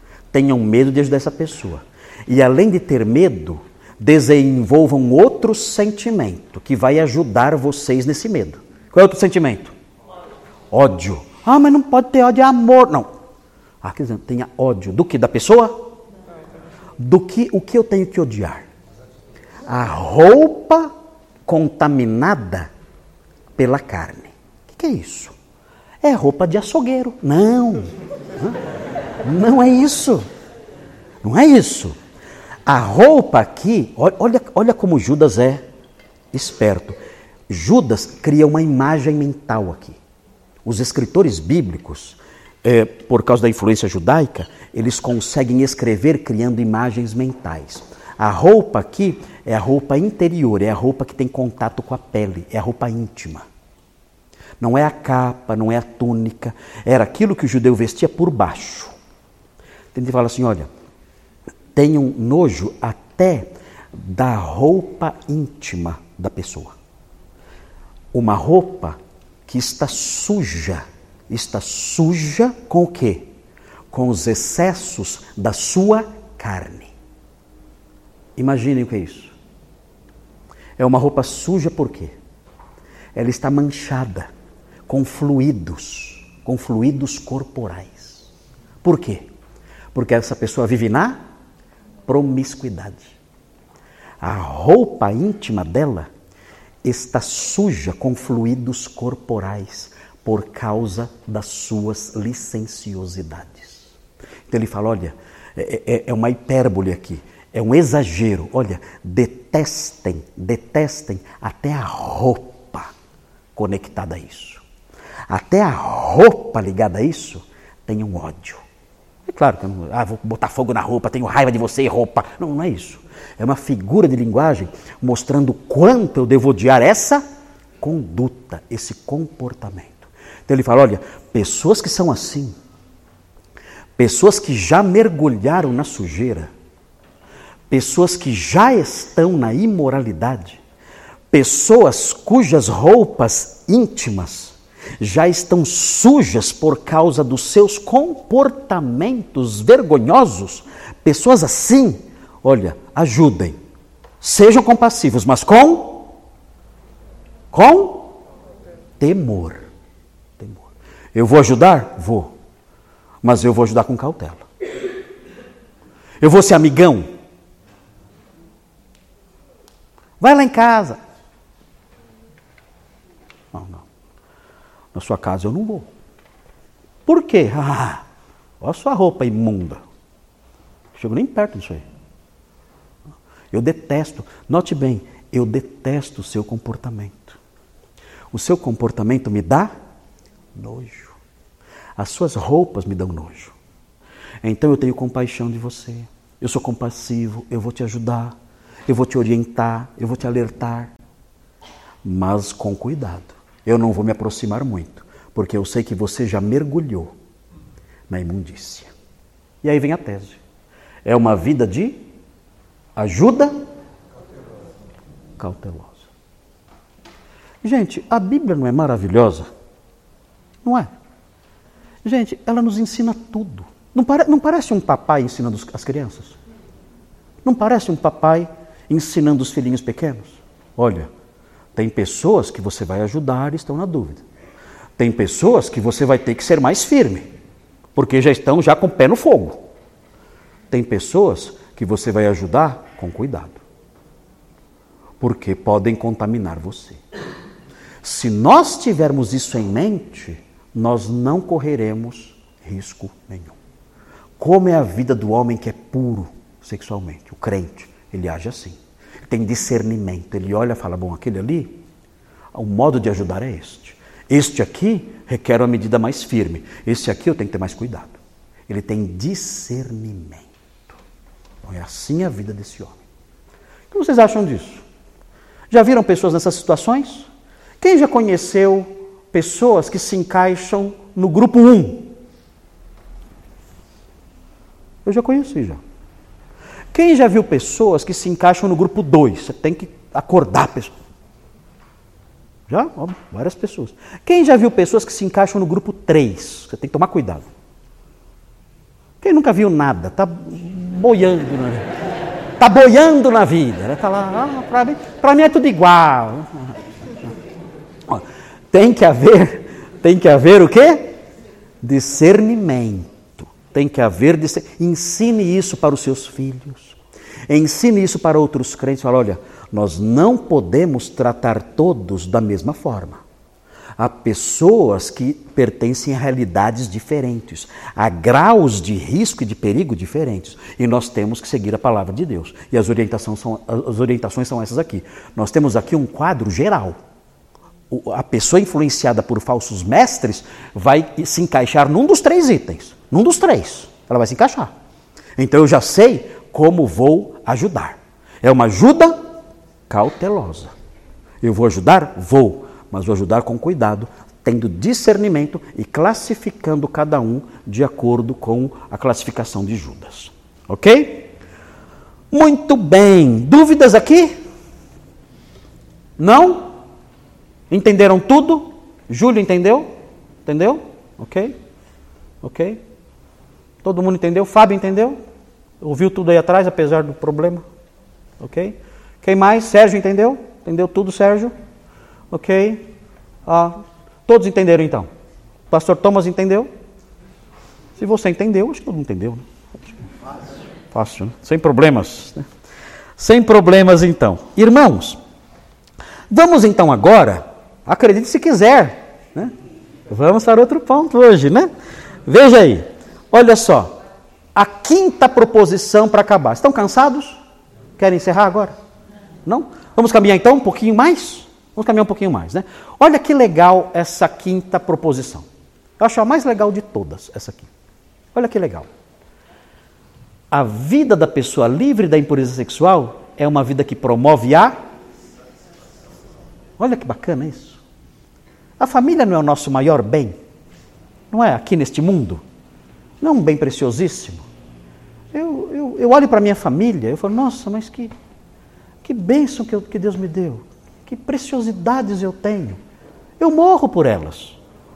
de ajudar essa pessoa. E além de ter medo, desenvolvam outro sentimento que vai ajudar vocês nesse medo. Qual é o outro sentimento? Ódio. Mas não pode ter ódio, é amor. Não. Quer dizer, tenha ódio. Do que? Da pessoa? O que eu tenho que odiar? A roupa contaminada pela carne. O que é isso? É roupa de açougueiro. Não é isso. Não é isso. A roupa aqui, olha como Judas é esperto. Judas cria uma imagem mental aqui. Os escritores bíblicos, por causa da influência judaica, eles conseguem escrever criando imagens mentais. A roupa aqui é a roupa interior, é a roupa que tem contato com a pele, é a roupa íntima. Não é a capa, não é a túnica, era aquilo que o judeu vestia por baixo. Tem que falar assim, olha, tenham nojo até da roupa íntima da pessoa. Uma roupa que está suja com o quê? Com os excessos da sua carne. Imaginem o que é isso. É uma roupa suja por quê? Ela está manchada com fluidos corporais. Por quê? Porque essa pessoa vive na promiscuidade. A roupa íntima dela está suja com fluidos corporais por causa das suas licenciosidades. Então ele fala, olha, é uma hipérbole aqui, é um exagero. Olha, detestem até a roupa conectada a isso. Até a roupa ligada a isso tem um ódio. É claro que eu não, vou botar fogo na roupa, tenho raiva de você, roupa. Não é isso. É uma figura de linguagem mostrando quanto eu devo odiar essa conduta, esse comportamento. Então ele fala, olha, pessoas que são assim, pessoas que já mergulharam na sujeira, pessoas que já estão na imoralidade, pessoas cujas roupas íntimas já estão sujas por causa dos seus comportamentos vergonhosos, pessoas assim, olha, ajudem. Sejam compassivos, mas com temor. Temor. Eu vou ajudar? Vou. Mas eu vou ajudar com cautela. Eu vou ser amigão? Vai lá em casa. Não. Na sua casa eu não vou. Por quê? Olha a sua roupa imunda. Não chego nem perto disso aí. Eu detesto, note bem, eu detesto o seu comportamento. O seu comportamento me dá nojo. As suas roupas me dão nojo. Então eu tenho compaixão de você. Eu sou compassivo, eu vou te ajudar, eu vou te orientar, eu vou te alertar. Mas com cuidado. Eu não vou me aproximar muito, porque eu sei que você já mergulhou na imundícia. E aí vem a tese. É uma vida de ajuda cautelosa. Gente, a Bíblia não é maravilhosa? Não é? Gente, ela nos ensina tudo. Não parece um papai ensinando as crianças? Não parece um papai ensinando os filhinhos pequenos? Olha, tem pessoas que você vai ajudar e estão na dúvida. Tem pessoas que você vai ter que ser mais firme, porque já estão com o pé no fogo. Tem pessoas que você vai ajudar com cuidado, porque podem contaminar você. Se nós tivermos isso em mente, nós não correremos risco nenhum. Como é a vida do homem que é puro sexualmente, o crente, ele age assim. Ele tem discernimento, ele olha e fala, bom, aquele ali, o modo de ajudar é este. Este aqui requer uma medida mais firme. Este aqui eu tenho que ter mais cuidado. Ele tem discernimento. Então é assim a vida desse homem. O que vocês acham disso? Já viram pessoas nessas situações? Quem já conheceu pessoas que se encaixam no grupo 1? Eu já conheci já. Quem já viu pessoas que se encaixam no grupo 2? Você tem que acordar a pessoa. Já? Óbvio, várias pessoas. Quem já viu pessoas que se encaixam no grupo 3? Você tem que tomar cuidado. Quem nunca viu nada? Está boiando na vida. Está boiando na vida. Está lá, para mim é tudo igual. Tem que haver o quê? Discernimento. Tem que haver discernimento. Ensine isso para os seus filhos. Ensine isso para outros crentes. Fala, olha, nós não podemos tratar todos da mesma forma. Há pessoas que pertencem a realidades diferentes, a graus de risco e de perigo diferentes. E nós temos que seguir a palavra de Deus. E as orientações são essas aqui. Nós temos aqui um quadro geral. A pessoa influenciada por falsos mestres vai se encaixar num dos 3 itens. Num dos 3. Ela vai se encaixar. Então eu já sei como vou ajudar. É uma ajuda cautelosa. Eu vou ajudar? Vou. Mas vou ajudar com cuidado, tendo discernimento e classificando cada um de acordo com a classificação de Judas. Ok? Muito bem. Dúvidas aqui? Não? Entenderam tudo? Júlio entendeu? Entendeu? Ok? Ok? Todo mundo entendeu? Fábio entendeu? Ouviu tudo aí atrás, apesar do problema? Ok? Quem mais? Sérgio entendeu? Entendeu tudo, Sérgio? Ok? Todos entenderam então? Pastor Thomas entendeu? Se você entendeu, acho que todo mundo entendeu. Né? Fácil, né? Sem problemas. Né? Sem problemas então. Irmãos, vamos então agora, acredite se quiser, né? Vamos para outro ponto hoje, né? Veja aí, olha só, a 5ª proposição para acabar. Estão cansados? Querem encerrar agora? Não? Vamos caminhar então um pouquinho mais? Vamos caminhar um pouquinho mais, né? Olha que legal essa 5ª proposição. Eu acho a mais legal de todas, essa aqui. Olha que legal. A vida da pessoa livre da impureza sexual é uma vida que promove a... Olha que bacana isso. A família não é o nosso maior bem? Não é aqui neste mundo? Não é um bem preciosíssimo? Eu olho para a minha família, eu falo, nossa, mas que bênção que Deus me deu. Que preciosidades eu tenho. Eu morro por elas.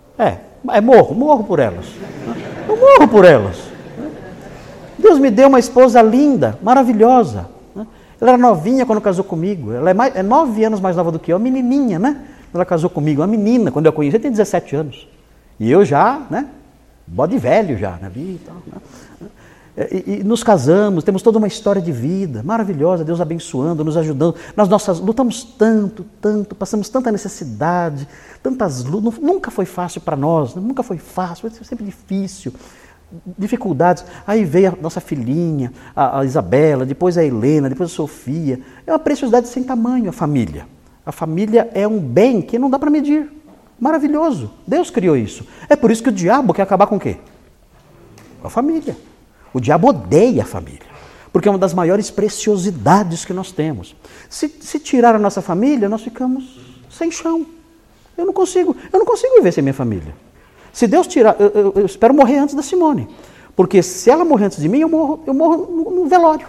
Morro por elas. Eu morro por elas. Deus me deu uma esposa linda, maravilhosa. Ela era novinha quando casou comigo. Ela é 9 anos mais nova do que eu, uma menininha, né? Ela casou comigo, uma menina, quando eu conheci, ela tem 17 anos. E eu já, né? Bode velho já, na vida e tal. Né? E nos casamos, temos toda uma história de vida maravilhosa, Deus abençoando, nos ajudando. Nós lutamos tanto, passamos tanta necessidade, tantas lutas. Nunca foi fácil para nós, nunca foi fácil, foi sempre difícil. Dificuldades, aí veio a nossa filhinha, a Isabela, depois a Helena, depois a Sofia. É uma preciosidade sem tamanho a família. A família é um bem que não dá para medir. Maravilhoso. Deus criou isso. É por isso que o diabo quer acabar com o quê? Com a família. O diabo odeia a família, porque é uma das maiores preciosidades que nós temos. Se tirar a nossa família, nós ficamos sem chão. Eu não consigo viver sem minha família. Se Deus tirar, eu espero morrer antes da Simone. Porque se ela morrer antes de mim, eu morro no velório.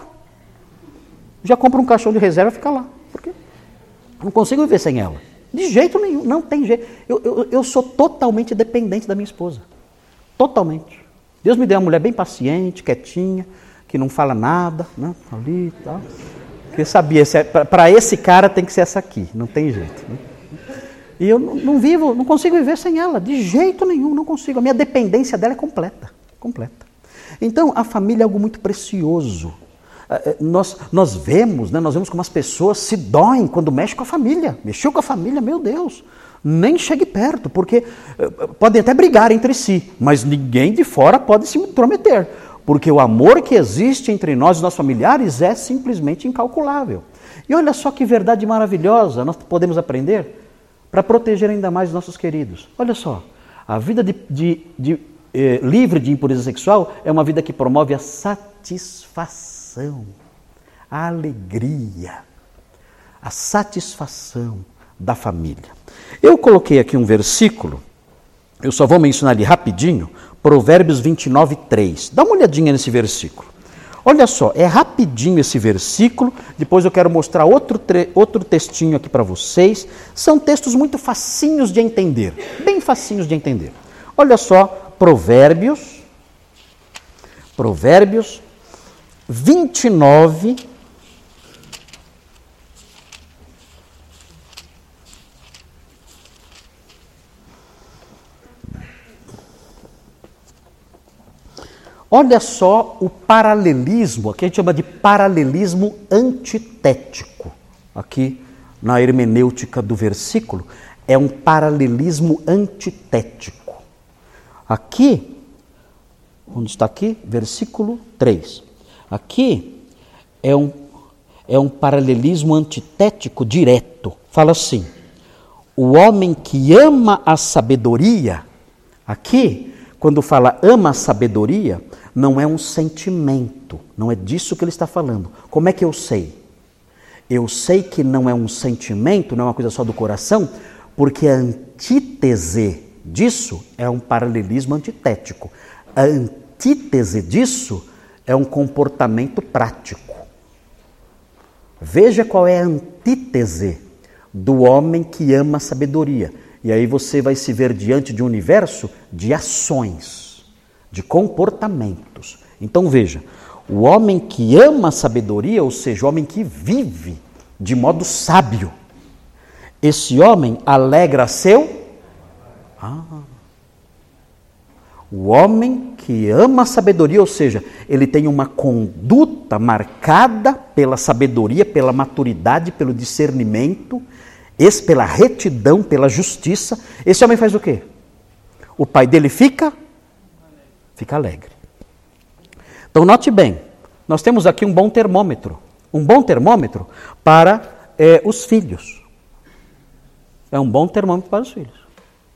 Já compro um caixão de reserva e fica lá. Por quê? Eu não consigo viver sem ela. De jeito nenhum, não tem jeito. Eu sou totalmente dependente da minha esposa. Totalmente. Deus me deu uma mulher bem paciente, quietinha, que não fala nada, né? Ali e tal. Porque sabia, para esse cara tem que ser essa aqui, não tem jeito. Né? E eu não consigo viver sem ela, de jeito nenhum, não consigo. A minha dependência dela é completa. Então, a família é algo muito precioso. Nós vemos como as pessoas se doem quando mexem com a família. Mexeu com a família, meu Deus, nem chegue perto, porque podem até brigar entre si, mas ninguém de fora pode se intrometer, porque o amor que existe entre nós e nossos familiares é simplesmente incalculável. E olha só que verdade maravilhosa nós podemos aprender para proteger ainda mais os nossos queridos. Olha só, a vida livre de impureza sexual é uma vida que promove a satisfação, a alegria, a satisfação da família. Eu coloquei aqui um versículo, eu só vou mencionar ali rapidinho, Provérbios 29, 3. Dá uma olhadinha nesse versículo. Olha só, é rapidinho esse versículo, depois eu quero mostrar outro textinho aqui para vocês. São textos muito facinhos de entender, bem facinhos de entender. Olha só, Provérbios 29, olha só o paralelismo, aqui a gente chama de paralelismo antitético. Aqui na hermenêutica do versículo, é um paralelismo antitético. Aqui, onde está aqui? Versículo 3. Aqui é um paralelismo antitético direto. Fala assim, o homem que ama a sabedoria, aqui, quando fala ama a sabedoria, não é um sentimento, não é disso que ele está falando. Como é que eu sei? Eu sei que não é um sentimento, não é uma coisa só do coração, porque a antítese disso é um paralelismo antitético. A antítese disso é um comportamento prático. Veja qual é a antítese do homem que ama a sabedoria. E aí você vai se ver diante de um universo de ações, de comportamentos. Então veja, o homem que ama a sabedoria, ou seja, o homem que vive de modo sábio, esse homem alegra seu... O homem que ama a sabedoria, ou seja, ele tem uma conduta marcada pela sabedoria, pela maturidade, pelo discernimento, pela retidão, pela justiça. Esse homem faz o quê? O pai dele fica alegre. Então note bem, nós temos aqui um bom termômetro para os filhos. É um bom termômetro para os filhos.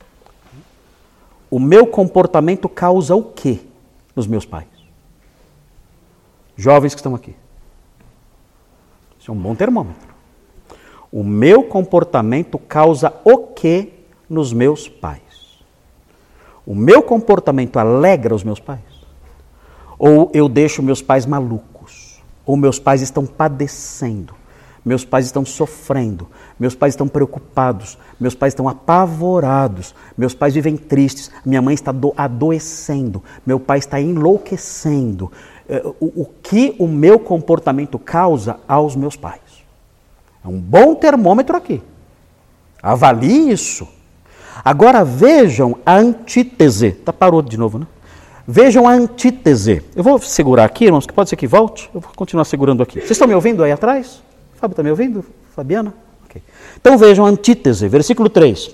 O meu comportamento causa o quê nos meus pais? Jovens que estão aqui. Isso é um bom termômetro. O meu comportamento causa o quê nos meus pais? O meu comportamento alegra os meus pais? Ou eu deixo meus pais malucos? Ou meus pais estão padecendo? meus pais estão sofrendo, meus pais estão preocupados, meus pais estão apavorados, meus pais vivem tristes, minha mãe está adoecendo, meu pai está enlouquecendo. O que o meu comportamento causa aos meus pais? É um bom termômetro aqui. Avalie isso. Agora vejam a antítese. Parou de novo, né? Vejam a antítese. Eu vou segurar aqui, irmãos, que pode ser que volte. Eu vou continuar segurando aqui. Vocês estão me ouvindo aí atrás? O Fábio está me ouvindo? Fabiana? Okay. Então vejam a antítese, versículo 3.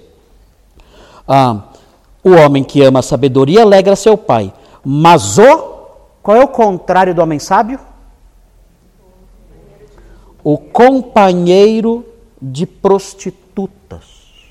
O homem que ama a sabedoria alegra seu pai, mas qual é o contrário do homem sábio? O companheiro de prostitutas.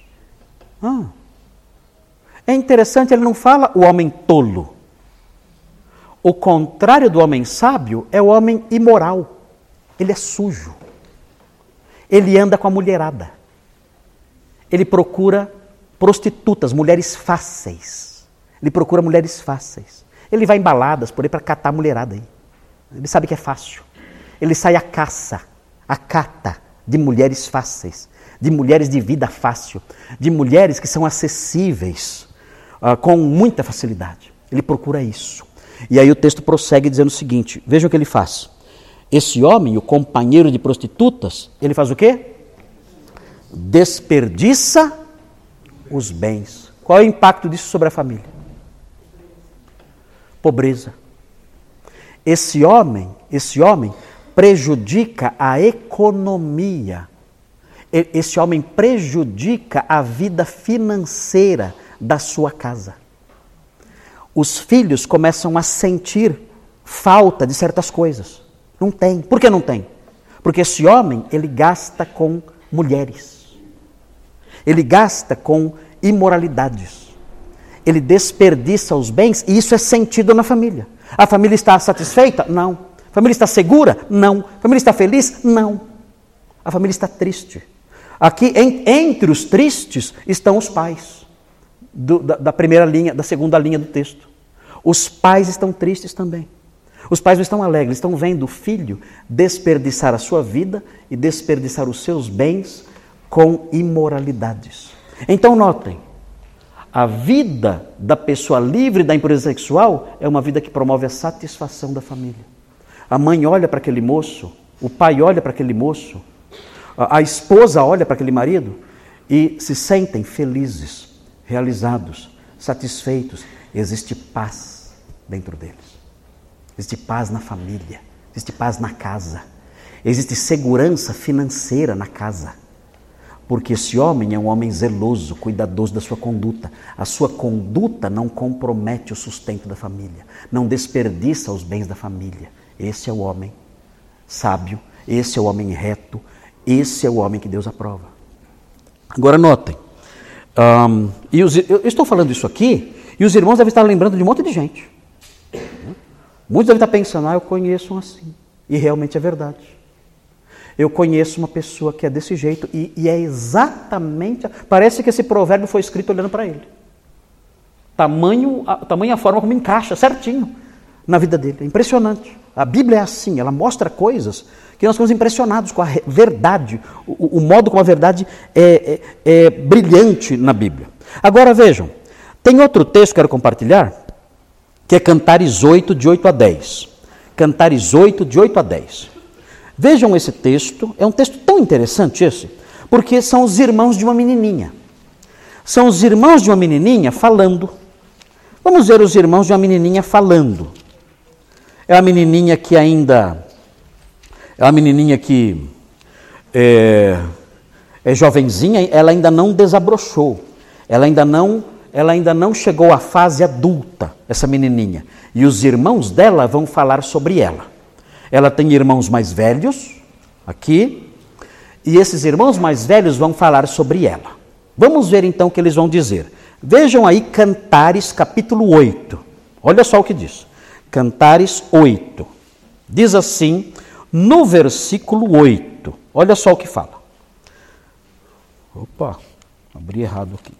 É interessante, ele não fala o homem tolo. O contrário do homem sábio é o homem imoral. Ele é sujo. Ele anda com a mulherada. Ele procura prostitutas, mulheres fáceis. Ele procura mulheres fáceis. Ele vai em baladas por aí para catar a mulherada aí. Ele sabe que é fácil. Ele sai à caça, à cata de mulheres fáceis, de mulheres de vida fácil, de mulheres que são acessíveis com muita facilidade. Ele procura isso. E aí o texto prossegue dizendo o seguinte, vejam o que ele faz. Esse homem, o companheiro de prostitutas, ele faz o quê? Desperdiça os bens. Qual é o impacto disso sobre a família? Pobreza. Esse homem prejudica a economia. Esse homem prejudica a vida financeira da sua casa. Os filhos começam a sentir falta de certas coisas. Não tem. Por que não tem? Porque esse homem, ele gasta com mulheres. Ele gasta com imoralidades. Ele desperdiça os bens e isso é sentido na família. A família está satisfeita? Não. A família está segura? Não. A família está feliz? Não. A família está triste. Aqui, entre os tristes, estão os pais. Da primeira linha, da segunda linha do texto. Os pais estão tristes também. Os pais não estão alegres, estão vendo o filho desperdiçar a sua vida e desperdiçar os seus bens com imoralidades. Então notem, a vida da pessoa livre da impureza sexual é uma vida que promove a satisfação da família. A mãe olha para aquele moço, o pai olha para aquele moço, a esposa olha para aquele marido e se sentem felizes, realizados, satisfeitos. Existe paz dentro deles. Existe paz na família. Existe paz na casa. Existe segurança financeira na casa. Porque esse homem é um homem zeloso, cuidadoso da sua conduta. A sua conduta não compromete o sustento da família. Não desperdiça os bens da família. Esse é o homem sábio. Esse é o homem reto. Esse é o homem que Deus aprova. Agora notem. Eu estou falando isso aqui e os irmãos devem estar lembrando de um monte de gente. Muitos devem estar pensando, eu conheço um assim. E realmente é verdade. Eu conheço uma pessoa que é desse jeito e é exatamente... Parece que esse provérbio foi escrito olhando para ele. Tamanha forma como encaixa certinho na vida dele. É impressionante. A Bíblia é assim, ela mostra coisas que nós ficamos impressionados com a verdade, o modo como a verdade é brilhante na Bíblia. Agora vejam, tem outro texto que eu quero compartilhar, que é Cantares 8, de 8 a 10. Cantares 8, de 8 a 10. Vejam esse texto, é um texto tão interessante esse, porque são os irmãos de uma menininha. São os irmãos de uma menininha falando. Vamos ver os irmãos de uma menininha falando. É uma menininha que ainda... É uma menininha que é jovenzinha, ela ainda não desabrochou. Ela ainda não chegou à fase adulta, essa menininha. E os irmãos dela vão falar sobre ela. Ela tem irmãos mais velhos, aqui, e esses irmãos mais velhos vão falar sobre ela. Vamos ver então o que eles vão dizer. Vejam aí Cantares capítulo 8. Olha só o que diz. Cantares 8. Diz assim, no versículo 8. Olha só o que fala. Opa, abri errado aqui.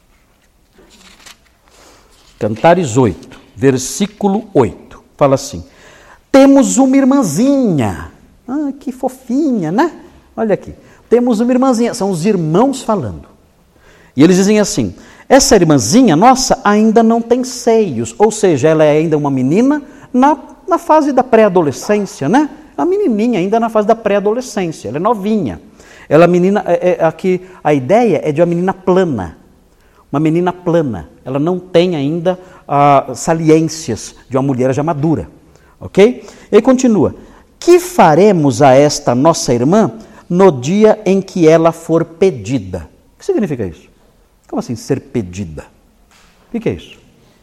Cantares 8, versículo 8. Fala assim. Temos uma irmãzinha. Que fofinha, né? Olha aqui, temos uma irmãzinha, são os irmãos falando. E eles dizem assim, essa irmãzinha nossa ainda não tem seios, ou seja, ela é ainda uma menina na fase da pré-adolescência, né? A menininha ainda na fase da pré-adolescência, ela é novinha. Ela menina, aqui a ideia é de uma menina plana. Uma menina plana, ela não tem ainda saliências de uma mulher já madura, ok? E aí continua, que faremos a esta nossa irmã no dia em que ela for pedida? O que significa isso? Como assim ser pedida? O que é isso?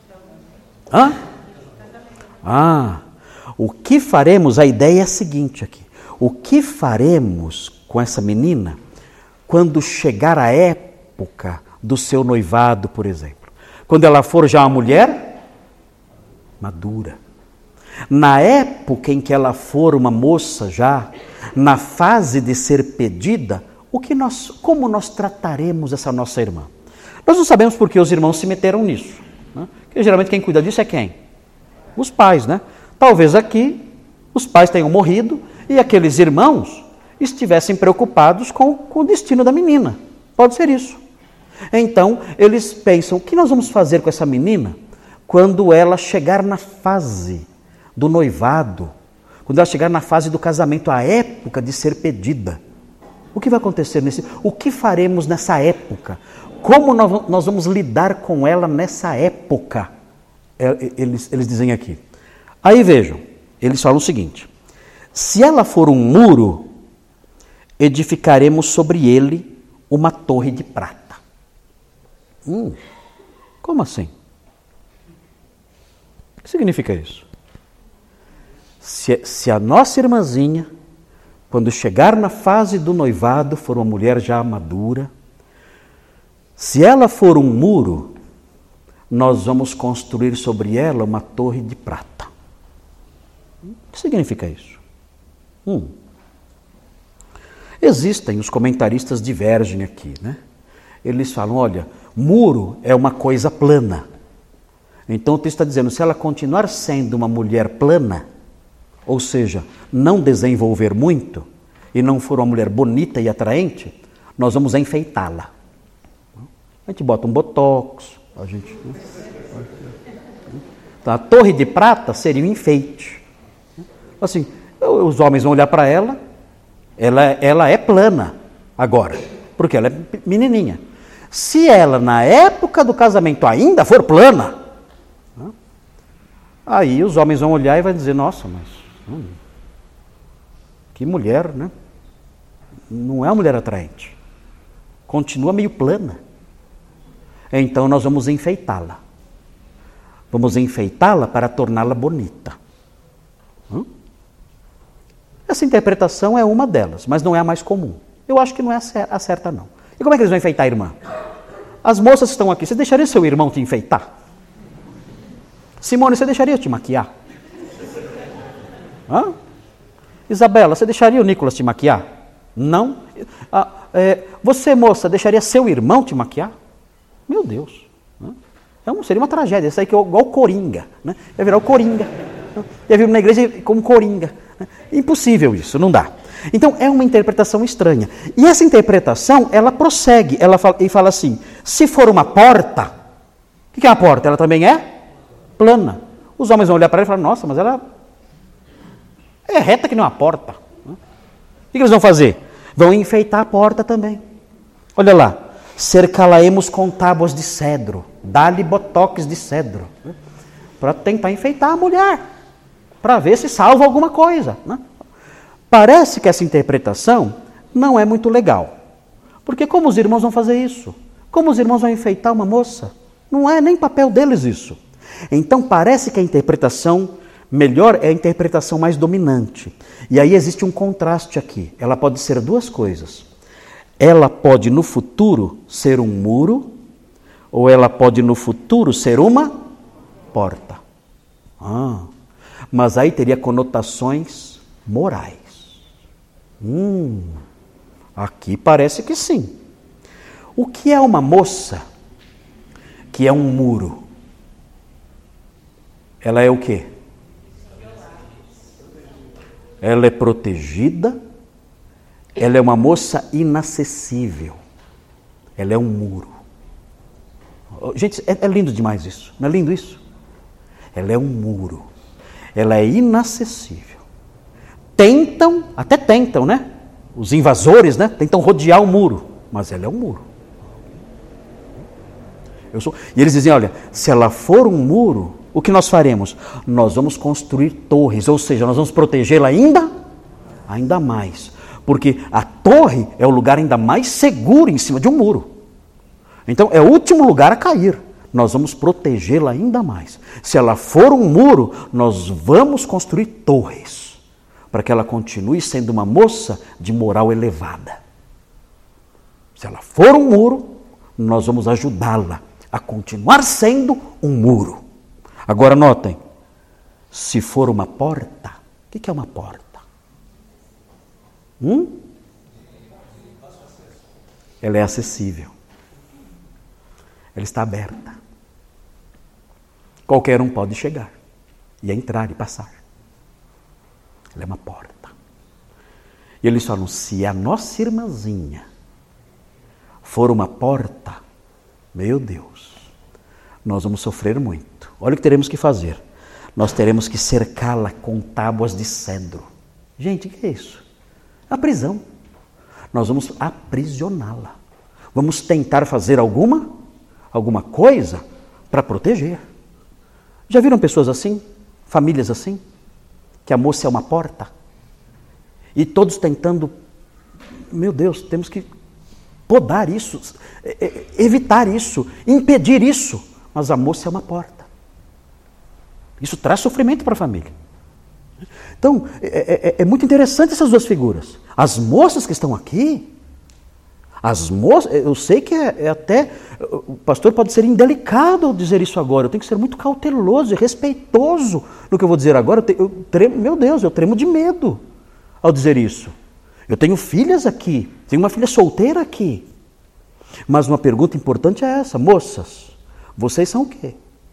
O que faremos, a ideia é a seguinte aqui, o que faremos com essa menina quando chegar a época do seu noivado, por exemplo? Quando ela for já uma mulher madura. Na época em que ela for uma moça já, na fase de ser pedida, como nós trataremos essa nossa irmã? Nós não sabemos porque os irmãos se meteram nisso, né? Porque geralmente quem cuida disso é quem? Os pais, né? Talvez aqui os pais tenham morrido e aqueles irmãos estivessem preocupados com o destino da menina. Pode ser isso. Então, eles pensam, o que nós vamos fazer com essa menina quando ela chegar na fase do noivado, quando ela chegar na fase do casamento, a época de ser pedida? O que vai acontecer o que faremos nessa época? Como nós vamos lidar com ela nessa época? Eles dizem aqui. Aí vejam, eles falam o seguinte, se ela for um muro, edificaremos sobre ele uma torre de prata. Como assim? O que significa isso? Se a nossa irmãzinha, quando chegar na fase do noivado, for uma mulher já madura, se ela for um muro, nós vamos construir sobre ela uma torre de prata. O que significa isso? Existem, os comentaristas divergem aqui, né? Eles falam, olha, muro é uma coisa plana. Então o texto está dizendo, se ela continuar sendo uma mulher plana, ou seja, não desenvolver muito, e não for uma mulher bonita e atraente, nós vamos enfeitá-la. A gente bota um botox, Então, a torre de prata seria um enfeite. Assim, os homens vão olhar para ela, ela é plana agora, porque ela é menininha. Se ela, na época do casamento, ainda for plana, aí os homens vão olhar e vão dizer, nossa, mas que mulher, né? Não é uma mulher atraente. Continua meio plana. Então nós vamos enfeitá-la. Vamos enfeitá-la para torná-la bonita. Essa interpretação é uma delas, mas não é a mais comum. Eu acho que não é a certa, não. E como é que eles vão enfeitar a irmã? As moças que estão aqui, você deixaria seu irmão te enfeitar? Simone, você deixaria eu te maquiar? Isabela, você deixaria o Nicolas te maquiar? Não? Você, moça, deixaria seu irmão te maquiar? Meu Deus. Seria uma tragédia. Isso aí que é igual o Coringa. Né? Ia virar o Coringa. Ia vir na igreja como Coringa. Impossível isso, não dá. Então, é uma interpretação estranha. E essa interpretação, ela prossegue. E fala assim, se for uma porta, o que é uma porta? Ela também é plana. Os homens vão olhar para ela e falar, nossa, mas ela é reta que nem uma porta. O que eles vão fazer? Vão enfeitar a porta também. Olha lá. Cercá-la-emos com tábuas de cedro. Dá-lhe botox de cedro. Para tentar enfeitar a mulher. Para ver se salva alguma coisa. Né? Parece que essa interpretação não é muito legal. Porque como os irmãos vão fazer isso? Como os irmãos vão enfeitar uma moça? Não é nem papel deles isso. Então parece que a interpretação melhor é a interpretação mais dominante. E aí existe um contraste aqui. Ela pode ser duas coisas. Ela pode no futuro ser um muro, ou ela pode no futuro ser uma porta. Mas aí teria conotações morais. Aqui parece que sim. O que é uma moça que é um muro? Ela é o quê? Ela é protegida, Ela é uma moça inacessível. Ela é um muro. Gente, é lindo demais isso. Não é lindo isso? Ela é um muro. Ela é inacessível. Até tentam, né? Os invasores, né? Tentam rodear o muro. Mas ela é um muro. E eles dizem, olha, se ela for um muro, o que nós faremos? Nós vamos construir torres, ou seja, nós vamos protegê-la ainda mais. Porque a torre é o lugar ainda mais seguro em cima de um muro. Então, é o último lugar a cair. Nós vamos protegê-la ainda mais. Se ela for um muro, nós vamos construir torres, para que ela continue sendo uma moça de moral elevada. Se ela for um muro, nós vamos ajudá-la a continuar sendo um muro. Agora notem, se for uma porta, o que é uma porta? Ela é acessível. Ela está aberta. Qualquer um pode chegar e entrar e passar. Ela é uma porta. E eles falam, se a nossa irmãzinha for uma porta, meu Deus, nós vamos sofrer muito. Olha o que teremos que fazer. Nós teremos que cercá-la com tábuas de cedro. Gente, o que é isso? A prisão. Nós vamos aprisioná-la. Vamos tentar fazer alguma coisa para proteger. Já viram pessoas assim? Famílias assim? Que a moça é uma porta? E todos tentando, meu Deus, temos que podar isso, evitar isso, impedir isso. Mas a moça é uma porta. Isso traz sofrimento para a família. Então, é muito interessante essas duas figuras. As moças que estão aqui, as moças, eu sei que até, o pastor pode ser indelicado ao dizer isso agora, eu tenho que ser muito cauteloso e respeitoso no que eu vou dizer agora, eu tremo, meu Deus, eu tremo de medo ao dizer isso. Eu tenho filhas aqui, tenho uma filha solteira aqui, mas uma pergunta importante é essa, moças, vocês são o quê?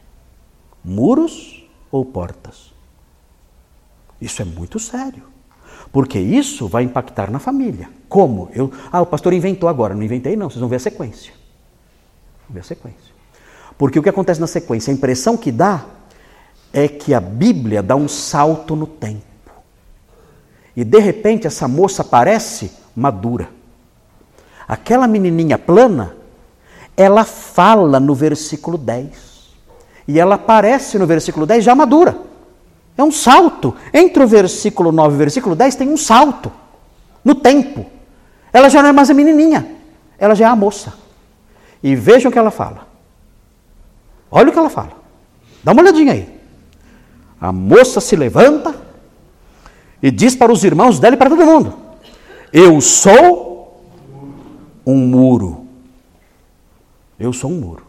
Muros ou portas? Isso é muito sério. Porque isso vai impactar na família. Como? O pastor inventou agora. Não inventei não, vocês vão ver a sequência. Vão ver a sequência. Porque o que acontece na sequência? A impressão que dá é que a Bíblia dá um salto no tempo. E de repente essa moça parece madura. Aquela menininha plana, ela fala no versículo 10. E ela aparece no versículo 10 já madura. É um salto. Entre o versículo 9 e o versículo 10 tem um salto no tempo. Ela já não é mais a menininha, ela já é a moça. E vejam o que ela fala. Olha o que ela fala. Dá uma olhadinha aí. A moça se levanta e diz para os irmãos dela e para todo mundo: eu sou um muro. Eu sou um muro.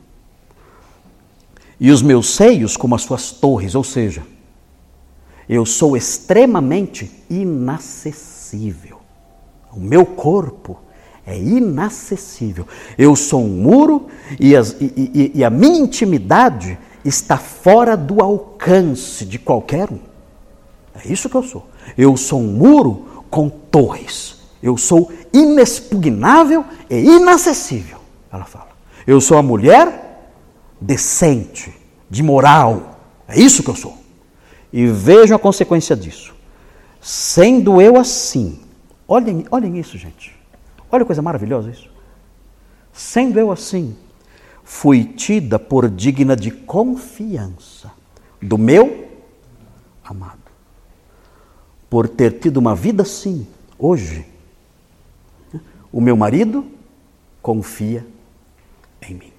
E os meus seios como as suas torres, ou seja, eu sou extremamente inacessível. O meu corpo é inacessível. Eu sou um muro e a minha intimidade está fora do alcance de qualquer um. É isso que eu sou. Eu sou um muro com torres. Eu sou inexpugnável e inacessível. Ela fala. Eu sou a mulher decente, de moral. É isso que eu sou. E vejam a consequência disso. Sendo eu assim, olhem isso, gente. Olha que coisa maravilhosa isso. Sendo eu assim, fui tida por digna de confiança do meu amado. Por ter tido uma vida assim, hoje, o meu marido confia em mim.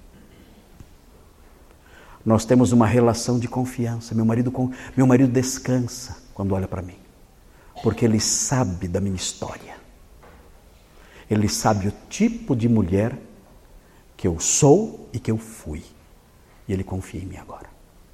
Nós temos uma relação de confiança. Meu marido descansa quando olha para mim. Porque ele sabe da minha história. Ele sabe o tipo de mulher que eu sou e que eu fui. E ele confia em mim agora.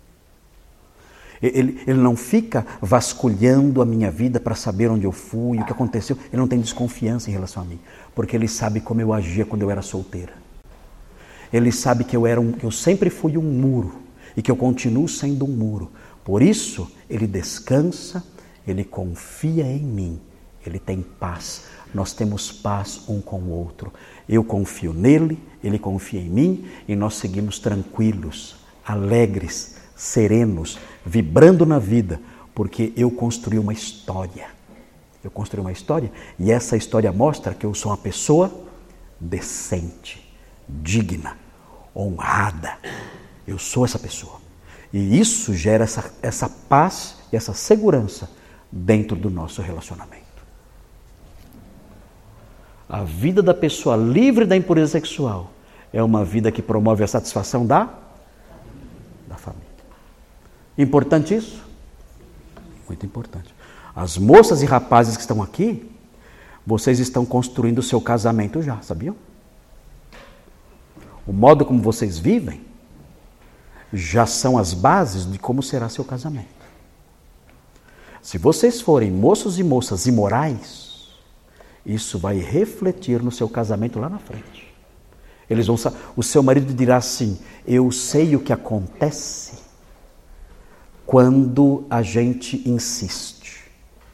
Ele não fica vasculhando a minha vida para saber onde eu fui, o que aconteceu. Ele não tem desconfiança em relação a mim. Porque ele sabe como eu agia quando eu era solteira. Ele sabe que eu sempre fui um muro e que eu continuo sendo um muro. Por isso, ele descansa, ele confia em mim ele tem paz. Nós temos paz um com o outro. Eu confio nele, ele confia em mim e nós seguimos tranquilos, alegres, serenos, vibrando na vida, porque eu construí uma história. Eu construí uma história e essa história mostra que eu sou uma pessoa decente, digna, honrada. Eu sou essa pessoa. E isso gera essa paz e essa segurança dentro do nosso relacionamento. A vida da pessoa livre da impureza sexual é uma vida que promove a satisfação da família. Importante isso? Muito importante. As moças e rapazes que estão aqui, vocês estão construindo o seu casamento já, sabiam? O modo como vocês vivem já são as bases de como será seu casamento. Se vocês forem moços e moças imorais, isso vai refletir no seu casamento lá na frente. O seu marido dirá assim: eu sei o que acontece quando a gente insiste.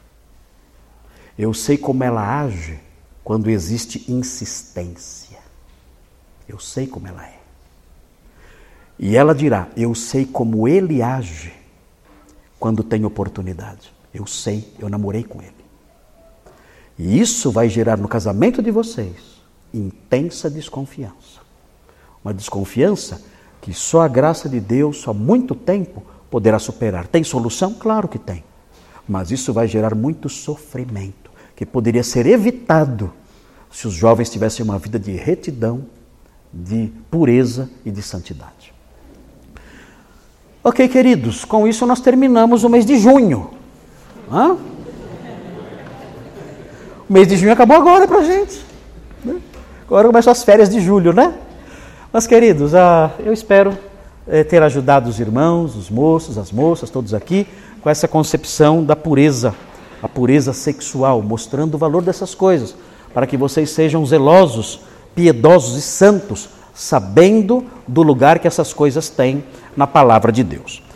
Eu sei como ela age quando existe insistência. Eu sei como ela é. E ela dirá: eu sei como ele age quando tem oportunidade. Eu sei, eu namorei com ele. E isso vai gerar no casamento de vocês intensa desconfiança. Uma desconfiança que só a graça de Deus, só muito tempo, poderá superar. Tem solução? Claro que tem. Mas isso vai gerar muito sofrimento, que poderia ser evitado se os jovens tivessem uma vida de retidão, de pureza e de santidade. Ok, queridos, com isso nós terminamos o mês de junho. O mês de junho acabou agora pra gente. Agora começam as férias de julho, né? Mas, queridos, eu espero ter ajudado os irmãos, os moços, as moças, todos aqui, com essa concepção da pureza, a pureza sexual, mostrando o valor dessas coisas, para que vocês sejam zelosos, piedosos e santos, sabendo do lugar que essas coisas têm na palavra de Deus.